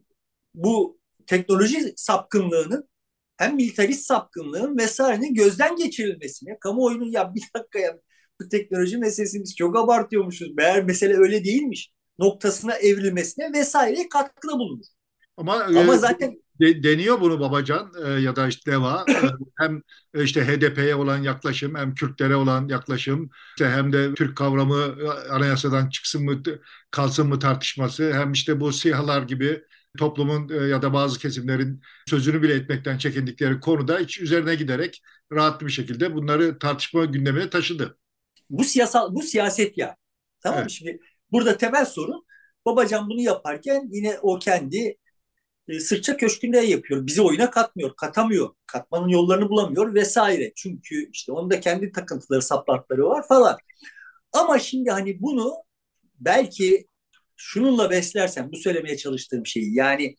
bu teknoloji sapkınlığının hem militarist sapkınlığın vesairenin gözden geçirilmesine, kamuoyunun ya bir dakika ya bu teknoloji meselesini biz çok abartıyormuşuz, meğer mesele öyle değilmiş noktasına evrilmesine vesaire katkıda bulunur. Ama Ama e, zaten de- deniyor bunu Babacan e, ya da işte DEVA, e, hem e, işte H D P'ye olan yaklaşım, hem Kürtlere olan yaklaşım, işte hem de Türk kavramı e, anayasadan çıksın mı kalsın mı tartışması, hem işte bu SİHA'lar gibi toplumun e, ya da bazı kesimlerin sözünü bile etmekten çekindikleri konuda hiç üzerine giderek rahat bir şekilde bunları tartışma gündemine taşıdı. bu siyasal bu siyaset ya. Tamam Evet. mı? Şimdi burada temel sorun, Babacan bunu yaparken yine o kendi e, sırça köşkünde yapıyor. Bizi oyuna katmıyor, katamıyor. Katmanın yollarını bulamıyor vesaire. Çünkü işte onun da kendi takıntıları, saplantıları var falan. Ama şimdi hani bunu belki şununla beslersen bu söylemeye çalıştığım şeyi, yani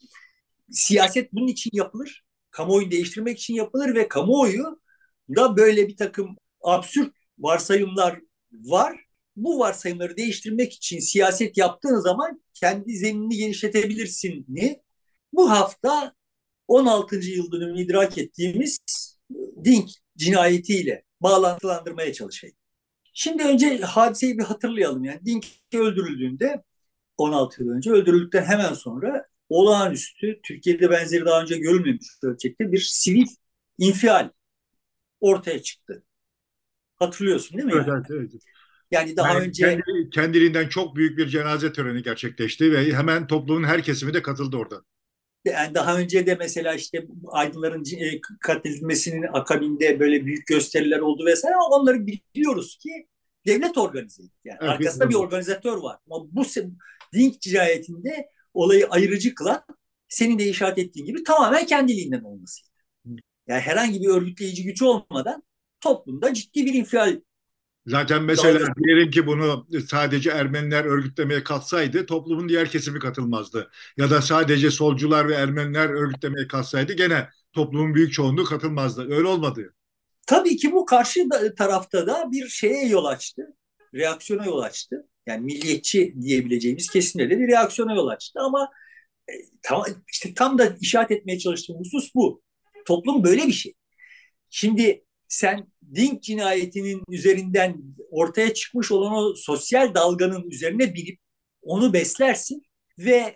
siyaset bunun için yapılır. Kamuoyunu değiştirmek için yapılır ve kamuoyu da böyle bir takım absürt varsayımlar var. Bu varsayımları değiştirmek için siyaset yaptığın zaman kendi zeminini genişletebilirsin ni bu hafta on altıncı yıl dönümünü idrak ettiğimiz Dink cinayetiyle bağlantılandırmaya çalışayım. Şimdi önce hadiseyi bir hatırlayalım. Yani Dink öldürüldüğünde on altı yıl önce, öldürüldükten hemen sonra olağanüstü, Türkiye'de benzeri daha önce görülmemiş ölçekte bir sivil infial ortaya çıktı. Hatırlıyorsun değil mi Evet, yani? evet, evet. Yani daha Yani kendi, önce kendiliğinden çok büyük bir cenaze töreni gerçekleşti ve hemen toplumun her kesimi de katıldı orada. yani daha önce de mesela işte aydınların e, katledilmesinin akabinde böyle büyük gösteriler oldu vesaire, ama onları biliyoruz ki devlet organize etti. Yani Evet, arkasında bir organizatör var. Ama bu Dink cinayetinde olayı ayırıcı kılan, senin de işaret ettiğin gibi, tamamen kendiliğinden olması. Yani herhangi bir örgütleyici güç olmadan toplumda ciddi bir infial zaten mesela dalgası. diyelim ki bunu sadece Ermeniler örgütlemeye kalksaydı toplumun diğer kesimi katılmazdı. Ya da sadece solcular ve Ermeniler örgütlemeye kalksaydı gene toplumun büyük çoğunluğu katılmazdı. Öyle olmadı. Tabii ki bu karşı tarafta da bir şeye yol açtı. Reaksiyona yol açtı. Yani milliyetçi diyebileceğimiz kesimlerde bir reaksiyona yol açtı. Ama e, tam, işte tam da işaret etmeye çalıştığım husus bu. Toplum böyle bir şey. Şimdi sen Dink cinayetinin üzerinden ortaya çıkmış olan o sosyal dalganın üzerine binip onu beslersin ve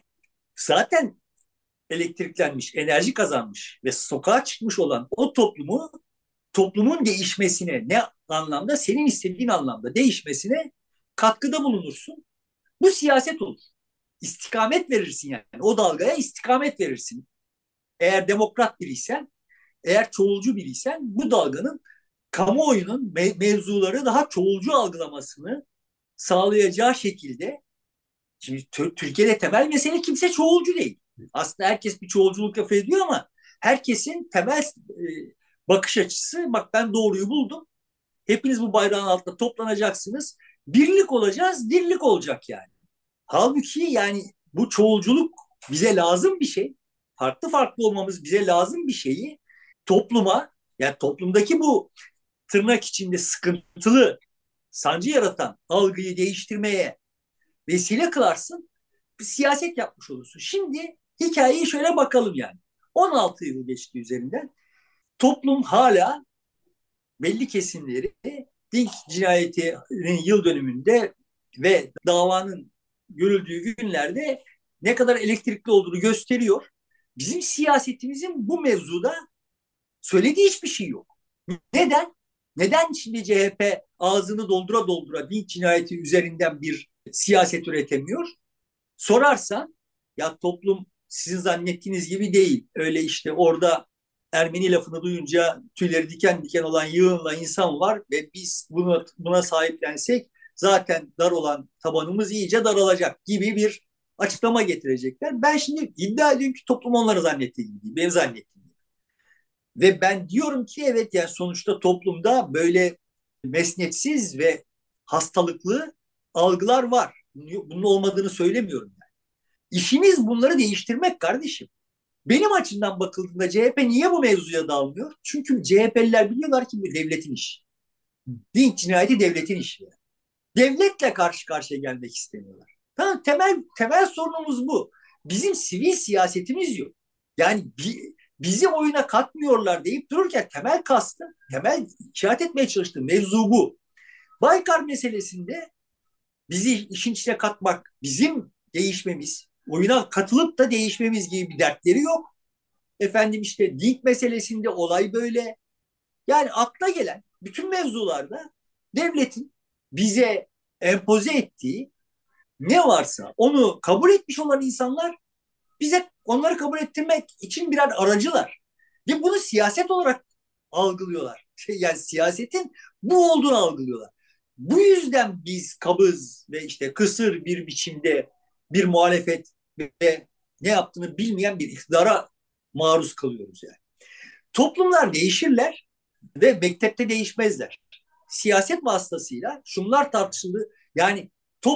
zaten elektriklenmiş, enerji kazanmış ve sokağa çıkmış olan o toplumu, toplumun değişmesine, ne anlamda? Senin istediğin anlamda değişmesine katkıda bulunursun. Bu siyaset olur. İstikamet verirsin yani. O dalgaya istikamet verirsin. Eğer demokrat biriysen, eğer çoğulcu biriysen, bu dalganın kamuoyunun me- mevzuları daha çoğulcu algılamasını sağlayacağı şekilde. Şimdi Türkiye'de temel mesele, kimse çoğulcu değil. Aslında herkes bir çoğulculuk lafı ediyor ama herkesin temel e, bakış açısı, bak ben doğruyu buldum. Hepiniz bu bayrağın altında toplanacaksınız. Birlik olacağız, dirlik olacak yani. Halbuki yani bu çoğulculuk bize lazım bir şey. Farklı farklı olmamız bize lazım bir şeyi topluma, yani toplumdaki bu tırnak içinde sıkıntılı, sancı yaratan algıyı değiştirmeye vesile kılarsın, bir siyaset yapmış olursun. Şimdi hikayeyi şöyle bakalım yani. on altı yıl geçti üzerinden. Toplum hala belli kesimleri Dink cinayetinin yıl dönümünde ve davanın görüldüğü günlerde ne kadar elektrikli olduğunu gösteriyor. Bizim siyasetimizin bu mevzuda söylediği hiçbir şey yok. Neden? Neden şimdi C H P ağzını doldura doldura Dink cinayeti üzerinden bir siyaset üretemiyor? Sorarsan, ya toplum sizin zannettiğiniz gibi değil. Öyle işte orada Ermeni lafını duyunca tüyleri diken diken olan yığınla insan var ve biz buna, buna sahiplensek zaten dar olan tabanımız iyice daralacak gibi bir açıklama getirecekler. Ben şimdi iddia ediyorum ki toplum onları zannettiği gibi değil, benim zannettiğim gibi. Ve ben diyorum ki evet, yani sonuçta toplumda böyle mesnetsiz ve hastalıklı algılar var. bunun olmadığını söylemiyorum. Yani. İşiniz bunları değiştirmek kardeşim. Benim açımdan bakıldığında C H P niye bu mevzuya dalmıyor? Çünkü C H P'liler biliyorlar ki bu devletin işi. Linç cinayeti devletin işi. Yani. Devletle karşı karşıya gelmek istemiyorlar. Tamam, temel temel sorunumuz bu. Bizim sivil siyasetimiz yok. Yani bi, bizi oyuna katmıyorlar deyip dururken temel kastım, temel işaret etmeye çalıştığım mevzu bu. Baykar meselesinde bizi işin içine katmak, bizim değişmemiz, oyuna katılıp da değişmemiz gibi bir dertleri yok. Efendim işte Dink meselesinde olay böyle. Yani akla gelen bütün mevzularda devletin bize empoze ettiği ne varsa onu kabul etmiş olan insanlar bize onları kabul ettirmek için birer aracılar. Ve bunu siyaset olarak algılıyorlar. Yani siyasetin bu olduğunu algılıyorlar. Bu yüzden biz kabız ve işte kısır bir biçimde bir muhalefet ve ne yaptığını bilmeyen bir iktidara maruz kalıyoruz yani. Toplumlar değişirler ve mektepte değişmezler. Siyaset vasıtasıyla şunlar tartışıldı. Yani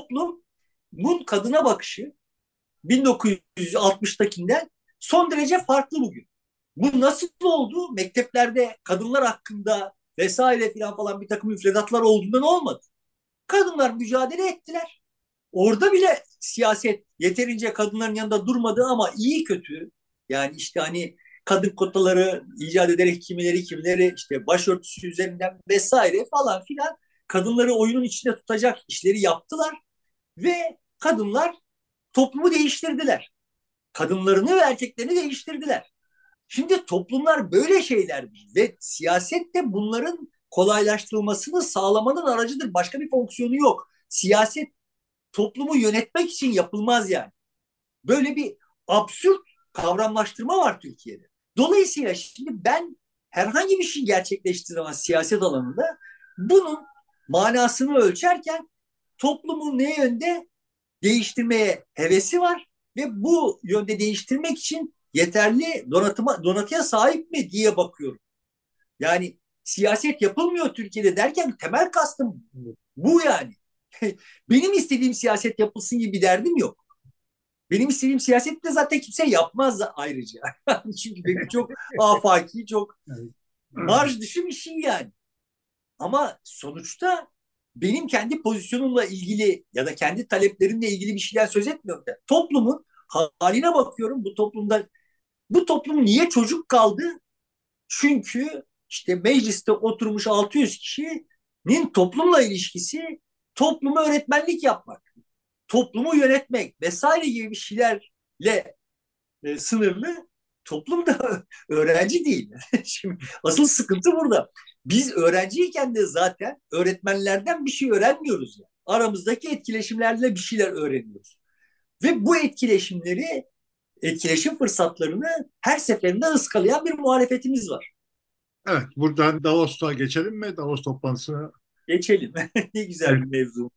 toplumun kadına bakışı bin dokuz yüz altmıştakinden son derece farklı bugün. Bu nasıl oldu? Mekteplerde kadınlar hakkında vesaire filan falan bir takım müfredatlar olduğundan olmadı. Kadınlar mücadele ettiler. Orada bile siyaset yeterince kadınların yanında durmadı ama iyi kötü. Yani işte hani kadın kotaları icat ederek kimileri kimileri işte başörtüsü üzerinden vesaire falan filan kadınları oyunun içinde tutacak işleri yaptılar ve kadınlar toplumu değiştirdiler. Kadınlarını ve erkeklerini değiştirdiler. Şimdi toplumlar böyle şeylerdir ve siyaset de bunların kolaylaştırılmasını sağlamanın aracıdır. Başka bir fonksiyonu yok. Siyaset toplumu yönetmek için yapılmaz yani. Böyle bir absürt kavramlaştırma var Türkiye'de. Dolayısıyla şimdi ben herhangi bir şey gerçekleştiremem siyaset alanında bunun manasını ölçerken toplumun ne yönde değiştirmeye hevesi var ve bu yönde değiştirmek için yeterli donatıma, donatıya sahip mi diye bakıyorum. Yani siyaset yapılmıyor Türkiye'de derken temel kastım bu yani. Benim istediğim siyaset yapılsın gibi bir derdim yok. Benim istediğim siyaset de zaten kimse yapmaz da ayrıca. Çünkü benim çok afaki, çok marj dışı bir şey yani. Ama sonuçta benim kendi pozisyonumla ilgili ya da kendi taleplerimle ilgili bir şeyler söz etmiyorum. Da. Toplumun haline bakıyorum. Bu toplumda bu toplum niye çocuk kaldı? Çünkü işte mecliste oturmuş altı yüz kişinin toplumla ilişkisi toplumu öğretmenlik yapmak, toplumu yönetmek vesaire gibi bir şeylerle e, sınırlı. Toplum da öğrenci değil. Şimdi asıl sıkıntı burada. Biz öğrenciyken de zaten öğretmenlerden bir şey öğrenmiyoruz. Yani. Aramızdaki etkileşimlerle bir şeyler öğreniyoruz. Ve bu etkileşimleri, etkileşim fırsatlarını her seferinde ıskalayan bir muhalefetimiz var. Evet, buradan Davos'a geçelim mi? Davos toplantısına. Geçelim. Ne güzel Evet. bir mevzu.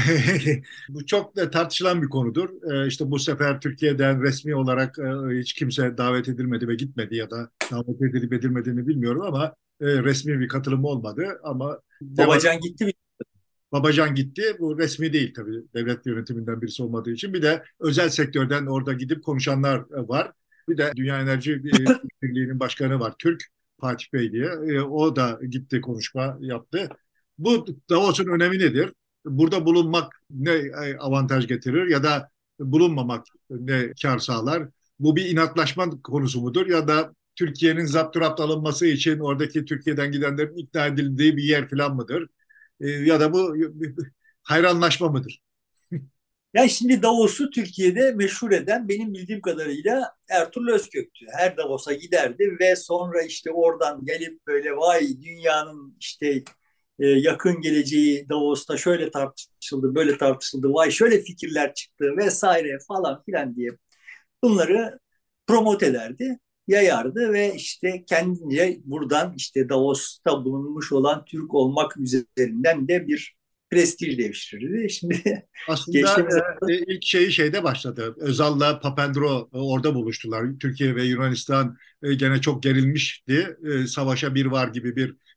Bu çok da tartışılan bir konudur. Ee, işte bu sefer Türkiye'den resmi olarak e, hiç kimse davet edilmedi ve gitmedi ya da davet edilip edilmediğini bilmiyorum ama e, resmi bir katılım olmadı. Ama devam. Babacan gitti mi? Babacan gitti. Bu resmi değil tabii. Devlet yönetiminden birisi olmadığı için. Bir de özel sektörden orada gidip konuşanlar var. Bir de Dünya Enerji Birliği'nin başkanı var. Türk Fatih Bey diye. E, o da gitti konuşma yaptı. Bu Davos'un önemi nedir? Burada bulunmak ne avantaj getirir ya da bulunmamak ne kar sağlar? Bu bir inatlaşma konusu mudur ya da Türkiye'nin zapturapt alınması için oradaki Türkiye'den gidenlerin ikna edildiği bir yer falan mıdır? E, ya da bu hayranlaşma mıdır? Yani şimdi Davos'u Türkiye'de meşhur eden benim bildiğim kadarıyla Ertuğrul Özkök'tü. Her Davos'a giderdi ve sonra işte oradan gelip böyle vay dünyanın işte e, yakın geleceği Davos'ta şöyle tartışıldı, böyle tartışıldı, vay şöyle fikirler çıktı vesaire falan filan diye bunları promote ederdi, yayardı ve işte kendince buradan işte Davos'ta bulunmuş olan Türk olmak üzerinden de bir prestij devşirirdi. Şimdi Aslında geçtiğimiz e, e, ilk şeyi şeyde başladı. Özal'la Papandreou e, orada buluştular. Türkiye ve Yunanistan e, gene çok gerilmişti. E, savaşa bir var gibi bir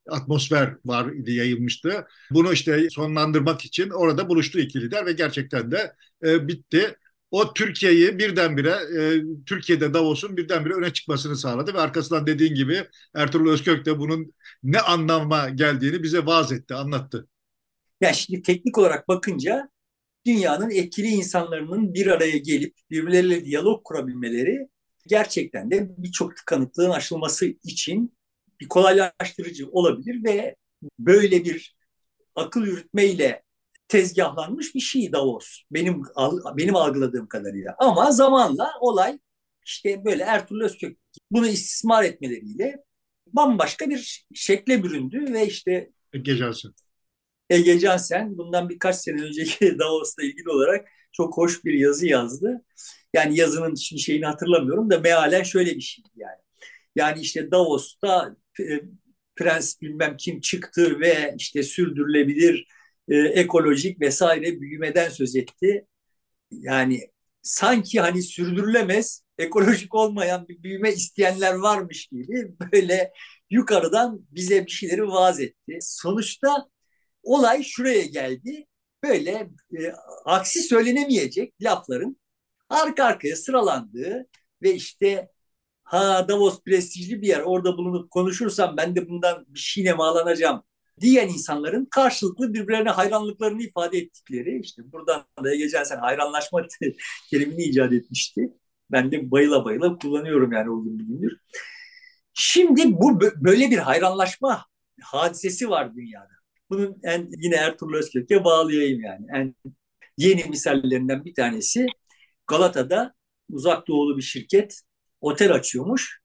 atmosfer var diye yayılmıştı. Bunu işte sonlandırmak için orada buluştu iki lider ve gerçekten de e, bitti. O Türkiye'yi birdenbire, e, Türkiye'de Davos'un birdenbire öne çıkmasını sağladı ve arkasından dediğin gibi Ertuğrul Özkök de bunun ne anlama geldiğini bize vaaz etti, anlattı. Yani şimdi teknik olarak bakınca dünyanın etkili insanların bir araya gelip birbirleriyle diyalog kurabilmeleri gerçekten de birçok tıkanıklığın aşılması için bir kolaylaştırıcı olabilir ve böyle bir akıl yürütmeyle tezgahlanmış bir şey Davos. Benim benim algıladığım kadarıyla. Ama zamanla olay işte böyle Ertuğrul Özkök bunu istismar etmeleriyle bambaşka bir şekle büründü ve işte Gecesi. Ege Cansen bundan birkaç sene önceki Davos'la ilgili olarak çok hoş bir yazı yazdı. Yani yazının şimdi şeyini hatırlamıyorum da mealen şöyle bir şeydi yani. Yani işte Davos'ta e, prens bilmem kim çıktı ve işte sürdürülebilir e, ekolojik vesaire büyümeden söz etti. Yani sanki hani sürdürülemez, ekolojik olmayan bir büyüme isteyenler varmış gibi böyle yukarıdan bize bir şeyleri vaaz etti. Sonuçta olay şuraya geldi. Böyle e, aksi söylenemeyecek lafların arka arkaya sıralandığı ve işte ha Davos prestijli bir yer orada bulunup konuşursam ben de bundan bir şeyle bağlanacağım diyen insanların karşılıklı birbirlerine hayranlıklarını ifade ettikleri işte buradan da geçen sen hayranlaşma kelimini icat etmişti. Ben de bayıla bayıla kullanıyorum yani o gün bugündür. Şimdi bu böyle bir hayranlaşma hadisesi var dünyada. Bunun en yine Ertuğrul Özkök'e bağlayayım yani. En yeni misallerinden bir tanesi Galata'da uzak doğulu bir şirket otel açıyormuş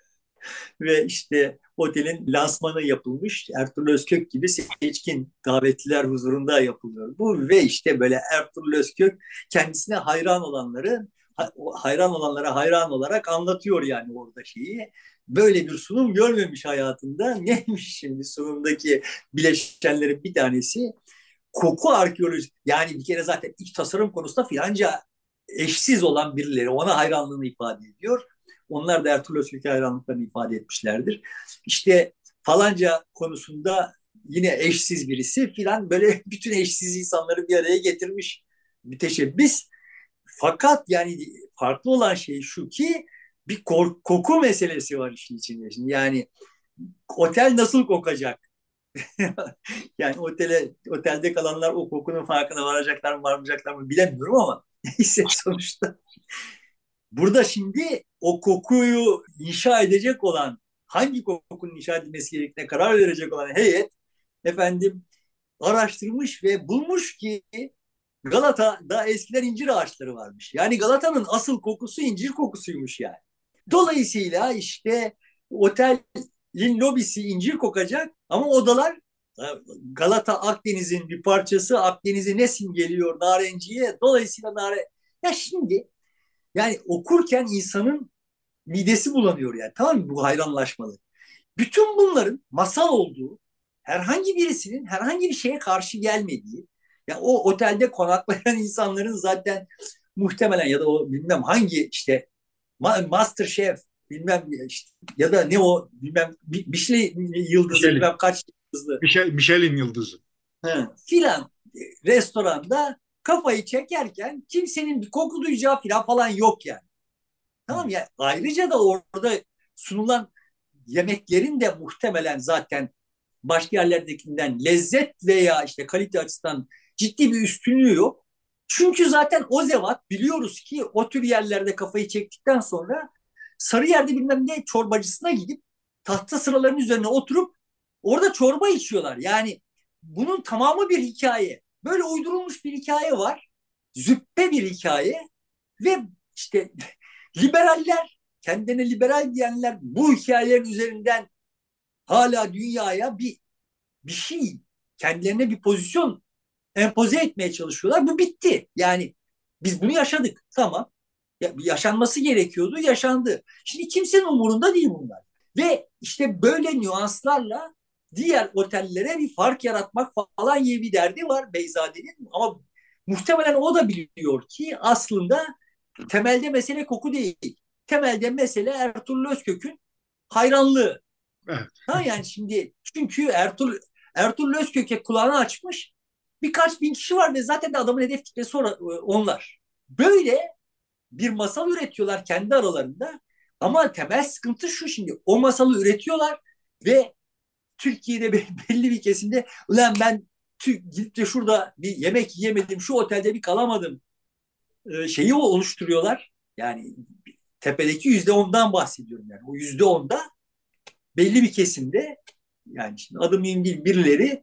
ve işte otelin lansmanı yapılmış. Ertuğrul Özkök gibi seçkin davetliler huzurunda yapılıyor bu ve işte böyle Ertuğrul Özkök kendisine hayran olanları hayran olanlara hayran olarak anlatıyor yani orada şeyi. Böyle bir sunum görmemiş hayatında. Neymiş şimdi sunumdaki bileşenlerin bir tanesi? Koku arkeolojisi. Yani bir kere zaten iç tasarım konusunda filanca eşsiz olan birileri ona hayranlığını ifade ediyor. Onlar da Ertuğrul Özkök'e hayranlıklarını ifade etmişlerdir. İşte falanca konusunda yine eşsiz birisi filan böyle bütün eşsiz insanları bir araya getirmiş müteşebbis. Fakat yani farklı olan şey şu ki bir koku meselesi var işin içinde. Şimdi yani otel nasıl kokacak? Yani otele otelde kalanlar o kokunun farkına varacaklar mı varmayacaklar mı bilemiyorum ama neyse sonuçta. Burada şimdi o kokuyu inşa edecek olan hangi kokunun inşa edilmesi gerektiğine karar verecek olan heyet efendim araştırmış ve bulmuş ki Galata'da eskiden incir ağaçları varmış. Yani Galata'nın asıl kokusu incir kokusuymuş yani. Dolayısıyla işte otelin lobisi incir kokacak ama odalar Galata Akdeniz'in bir parçası. Akdeniz'i ne simgeliyor narenciye? Dolayısıyla nare... Ya şimdi yani okurken insanın midesi bulanıyor yani. Tamam mı bu hayranlaşmalı? Bütün bunların masal olduğu, herhangi birisinin herhangi bir şeye karşı gelmediği, ya o otelde konaklayan insanların zaten muhtemelen ya da o bilmem hangi işte Master Chef bilmem işte, ya da ne o bilmem bir, bir şey yıldızı Michelin. bilmem kaç yıldızlı Michel, Michelin yıldızı. he, filan restoranda kafayı çekerken kimsenin bir koku duyacağı filan falan yok yani. Tamam ya ayrıca da orada sunulan yemeklerin de muhtemelen zaten başka yerlerdekinden lezzet veya işte kalite açısından ciddi bir üstünlüğü yok. Çünkü zaten o zevat biliyoruz ki o tür yerlerde kafayı çektikten sonra Sarıyer'de bilmem ne çorbacısına gidip tahta sıralarının üzerine oturup orada çorba içiyorlar. Yani bunun tamamı bir hikaye. Böyle uydurulmuş bir hikaye var. Züppe bir hikaye ve işte liberaller, kendine liberal diyenler bu hikayelerin üzerinden hala dünyaya bir bir şey, kendilerine bir pozisyon empoze etmeye çalışıyorlar. Bu bitti. Yani biz bunu yaşadık. Tamam. Ya, yaşanması gerekiyordu, yaşandı. Şimdi kimsenin umurunda değil bunlar. Ve işte böyle nüanslarla diğer otellere bir fark yaratmak falan gibi bir derdi var Beyzade'nin. Ama muhtemelen o da biliyor ki aslında temelde mesele koku değil. Temelde mesele Ertuğrul Özkök'ün hayranlığı. Evet. Ha yani şimdi Çünkü Ertuğrul, Ertuğrul Özkök'e kulağını açmış birkaç bin kişi var ve zaten de adamın hedef kitlesi sonra, onlar. Böyle bir masal üretiyorlar kendi aralarında. Ama temel sıkıntı şu: şimdi o masalı üretiyorlar ve Türkiye'de belli bir kesimde ulan ben gidip de şurada bir yemek yiyemedim, şu otelde bir kalamadım e, şeyi oluşturuyorlar. Yani tepedeki yüzde ondan bahsediyorum yani. O yüzde onda belli bir kesimde, yani şimdi adım mühim değil, birileri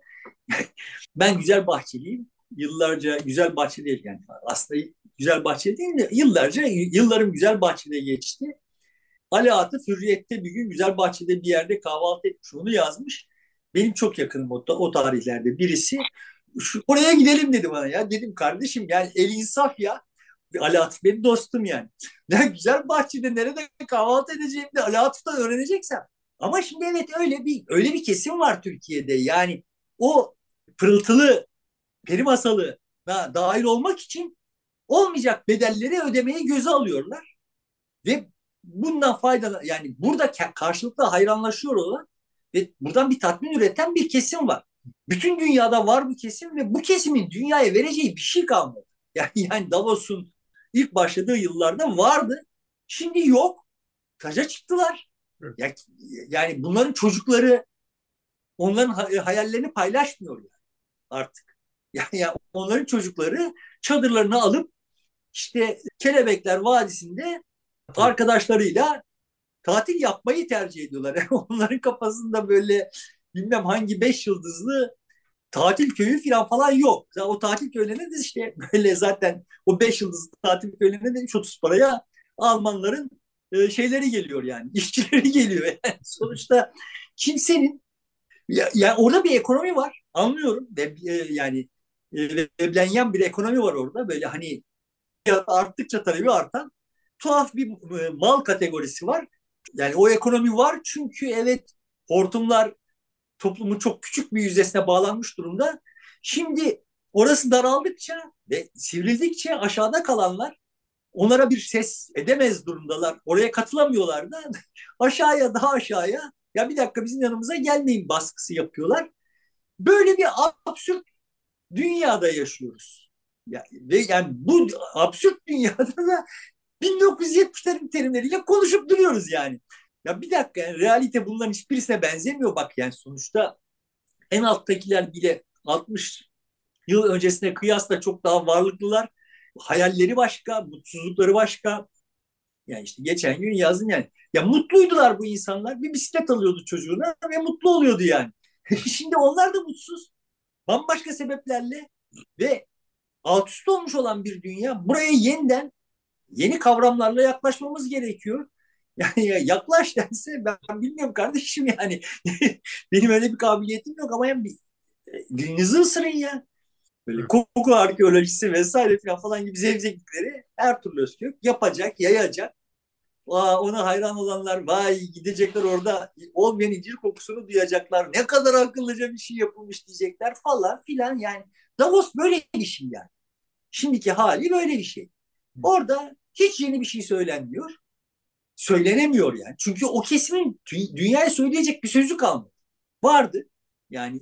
ben güzel bahçeliyim. Yıllarca güzel bahçe değil yani. Aslında güzel bahçe değil de yıllarca yıllarım güzel bahçede geçti. Ali Atıf Hürriyet'te bir gün güzel bahçede bir yerde kahvaltı etmiş. Onu yazmış. Benim çok yakınım o, o tarihlerde birisi. Şu, oraya gidelim dedi bana ya. Dedim kardeşim yani el insaf ya. Ali Atıf benim dostum yani. Ya güzel bahçede nerede kahvaltı edeceğimi de Ali Atıf'tan öğreneceksem. Ama şimdi evet, öyle bir öyle bir kesim var Türkiye'de. Yani o pırıltılı peri masalına dahil olmak için olmayacak bedelleri ödemeyi göze alıyorlar ve bundan faydalan, yani burada karşılıklı hayranlaşıyor olan ve buradan bir tatmin üreten bir kesim var. Bütün dünyada var bu kesim ve bu kesimin dünyaya vereceği bir şey kalmadı. Yani, yani Davos'un ilk başladığı yıllarda vardı. Şimdi yok. Taca çıktılar. Evet. Ya, yani bunların çocukları onların hayallerini paylaşmıyor yani artık. Yani, yani onların çocukları çadırlarını alıp işte Kelebekler Vadisi'nde Evet. arkadaşlarıyla tatil yapmayı tercih ediyorlar. Yani onların kafasında böyle bilmem hangi beş yıldızlı tatil köyü falan falan yok. O tatil köylerine de işte böyle zaten o beş yıldızlı tatil köylerine de üç otuz paraya Almanların e, şeyleri geliyor yani. İşçileri geliyor. Yani sonuçta kimsenin ya, yani orada bir ekonomi var. Anlıyorum. Ve, e, yani e, weblenyen bir ekonomi var orada. Böyle hani arttıkça talebi artan tuhaf bir e, mal kategorisi var. Yani o ekonomi var çünkü evet, hortumlar toplumun çok küçük bir yüzdesine bağlanmış durumda. Şimdi orası daraldıkça ve sivrildikçe aşağıda kalanlar onlara bir ses edemez durumdalar. Oraya katılamıyorlar da aşağıya, daha aşağıya, ya bir dakika bizim yanımıza gelmeyin baskısı yapıyorlar. Böyle bir absürt dünyada yaşıyoruz. Ya, ve yani bu absürt dünyada da bin dokuz yüz yetmişlerin terimleriyle konuşup duruyoruz yani. Ya bir dakika, yani realite bunların hiçbirisine benzemiyor bak, yani sonuçta en alttakiler bile altmış yıl öncesine kıyasla çok daha varlıklılar. Hayalleri başka, mutsuzlukları başka. Yani işte geçen gün yazdım yani. Ya mutluydular bu insanlar. Bir bisiklet alıyordu çocuğuna ve mutlu oluyordu yani. Şimdi onlar da mutsuz. Bambaşka sebeplerle ve alt üst olmuş olan bir dünya. Buraya yeniden yeni kavramlarla yaklaşmamız gerekiyor. Yani ya yaklaş dense ben bilmiyorum kardeşim yani. Benim öyle bir kabiliyetim yok ama yani bir, dilinizi ısırın ya. Böyle Evet. koku arkeolojisi vesaire falan, falan gibi zevzeklikleri Ertuğrul Özkök yapacak, yayacak. Aa, ona hayran olanlar vay gidecekler, orada olmayan incir kokusunu duyacaklar. Ne kadar akıllıca bir şey yapılmış diyecekler falan filan yani. Davos böyle bir şey yani. Şimdiki hali böyle bir şey. Orada hiç yeni bir şey söylenmiyor. Söylenemiyor yani. Çünkü o kesimin dünyaya söyleyecek bir sözü kalmadı. Vardı. Yani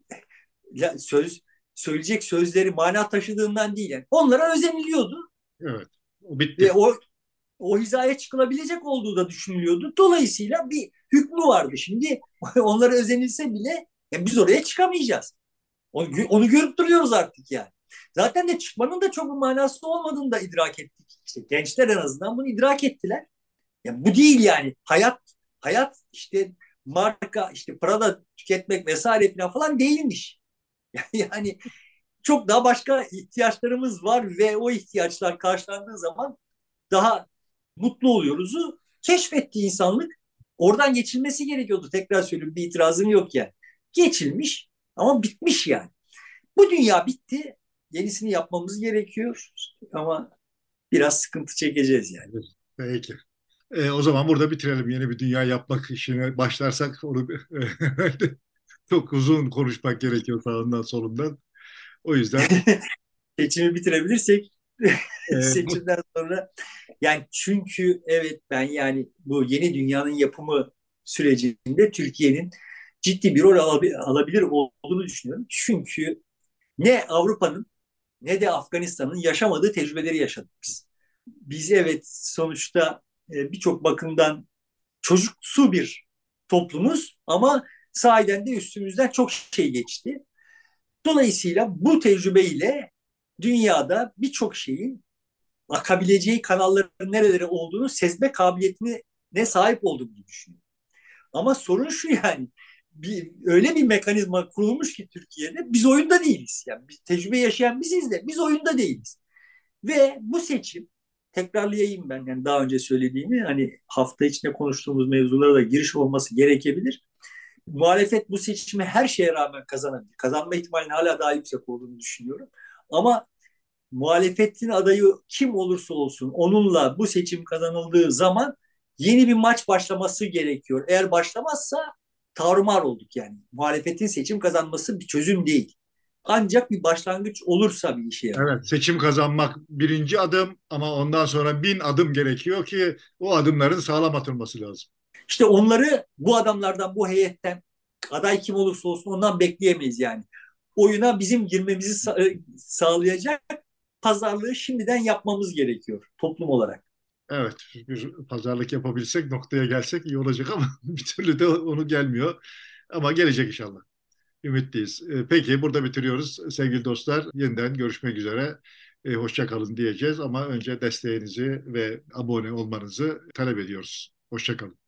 ya söz söyleyecek sözleri mana taşıdığından değil yani. Onlara özeniliyordu Evet. O ve bitti. o o hizaya çıkılabilecek olduğu da düşünülüyordu. Dolayısıyla bir hükmü vardı. Şimdi onlara özenilse bile ya biz oraya çıkamayacağız. Onu, onu görüp duruyoruz artık yani. Zaten de çıkmanın da çok bir manası olmadığını da idrak ettik. İşte gençler en azından bunu idrak ettiler. Ya bu değil yani. Hayat hayat işte marka, işte Prada tüketmek vesaire falan falan değilmiş. Yani çok daha başka ihtiyaçlarımız var ve o ihtiyaçlar karşılandığı zaman daha mutlu oluyoruzu keşfetti insanlık. Oradan geçilmesi gerekiyordu. Tekrar söylüyorum, bir itirazım yok yani. Geçilmiş ama bitmiş yani. Bu dünya bitti. Yenisini yapmamız gerekiyor ama biraz sıkıntı çekeceğiz yani. Peki. E, o zaman burada bitirelim. Yeni bir dünya yapmak işine başlarsak onu çok uzun konuşmak gerekiyor sağından solundan. O yüzden Seçimi bitirebilirsek e, bu seçimden sonra, yani çünkü evet, ben yani bu yeni dünyanın yapımı sürecinde Türkiye'nin ciddi bir rol alabilir olduğunu düşünüyorum. Çünkü ne Avrupa'nın ne de Afganistan'ın yaşamadığı tecrübeleri yaşadık biz. Biz evet sonuçta e, birçok bakımdan çocuksu bir toplumuz ama sahiden de üstümüzden çok şey geçti. Dolayısıyla bu tecrübeyle dünyada birçok şeyin akabileceği kanalların nereleri olduğunu sezme kabiliyetine ne sahip olduğunu düşünüyorum. Ama sorun şu yani bir, öyle bir mekanizma kurulmuş ki Türkiye'de biz oyunda değiliz. Yani biz, tecrübe yaşayan biziz de biz oyunda değiliz. Ve bu seçim tekrarlayayım ben yani daha önce söylediğimi hani hafta içinde konuştuğumuz mevzulara da giriş olması gerekebilir. Muhalefet bu seçimi her şeye rağmen kazanabilir. Kazanma ihtimalinin hala daha yüksek olduğunu düşünüyorum. Ama muhalefetin adayı kim olursa olsun onunla bu seçim kazanıldığı zaman yeni bir maç başlaması gerekiyor. Eğer başlamazsa tarumar olduk yani. Muhalefetin seçim kazanması bir çözüm değil. Ancak bir başlangıç olursa bir işe yarar. Evet, seçim kazanmak birinci adım ama ondan sonra bin adım gerekiyor ki o adımların sağlam atılması lazım. İşte onları bu adamlardan, bu heyetten aday kim olursa olsun ondan bekleyemeyiz yani. Oyuna bizim girmemizi sa- sağlayacak pazarlığı şimdiden yapmamız gerekiyor toplum olarak. Evet, bir pazarlık yapabilsek, noktaya gelsek iyi olacak ama bir türlü de onu gelmiyor. Ama gelecek inşallah. Ümitliyiz. Ee, Peki burada bitiriyoruz. Sevgili dostlar, yeniden görüşmek üzere. Ee, Hoşça kalın diyeceğiz ama önce desteğinizi ve abone olmanızı talep ediyoruz. Hoşça kalın.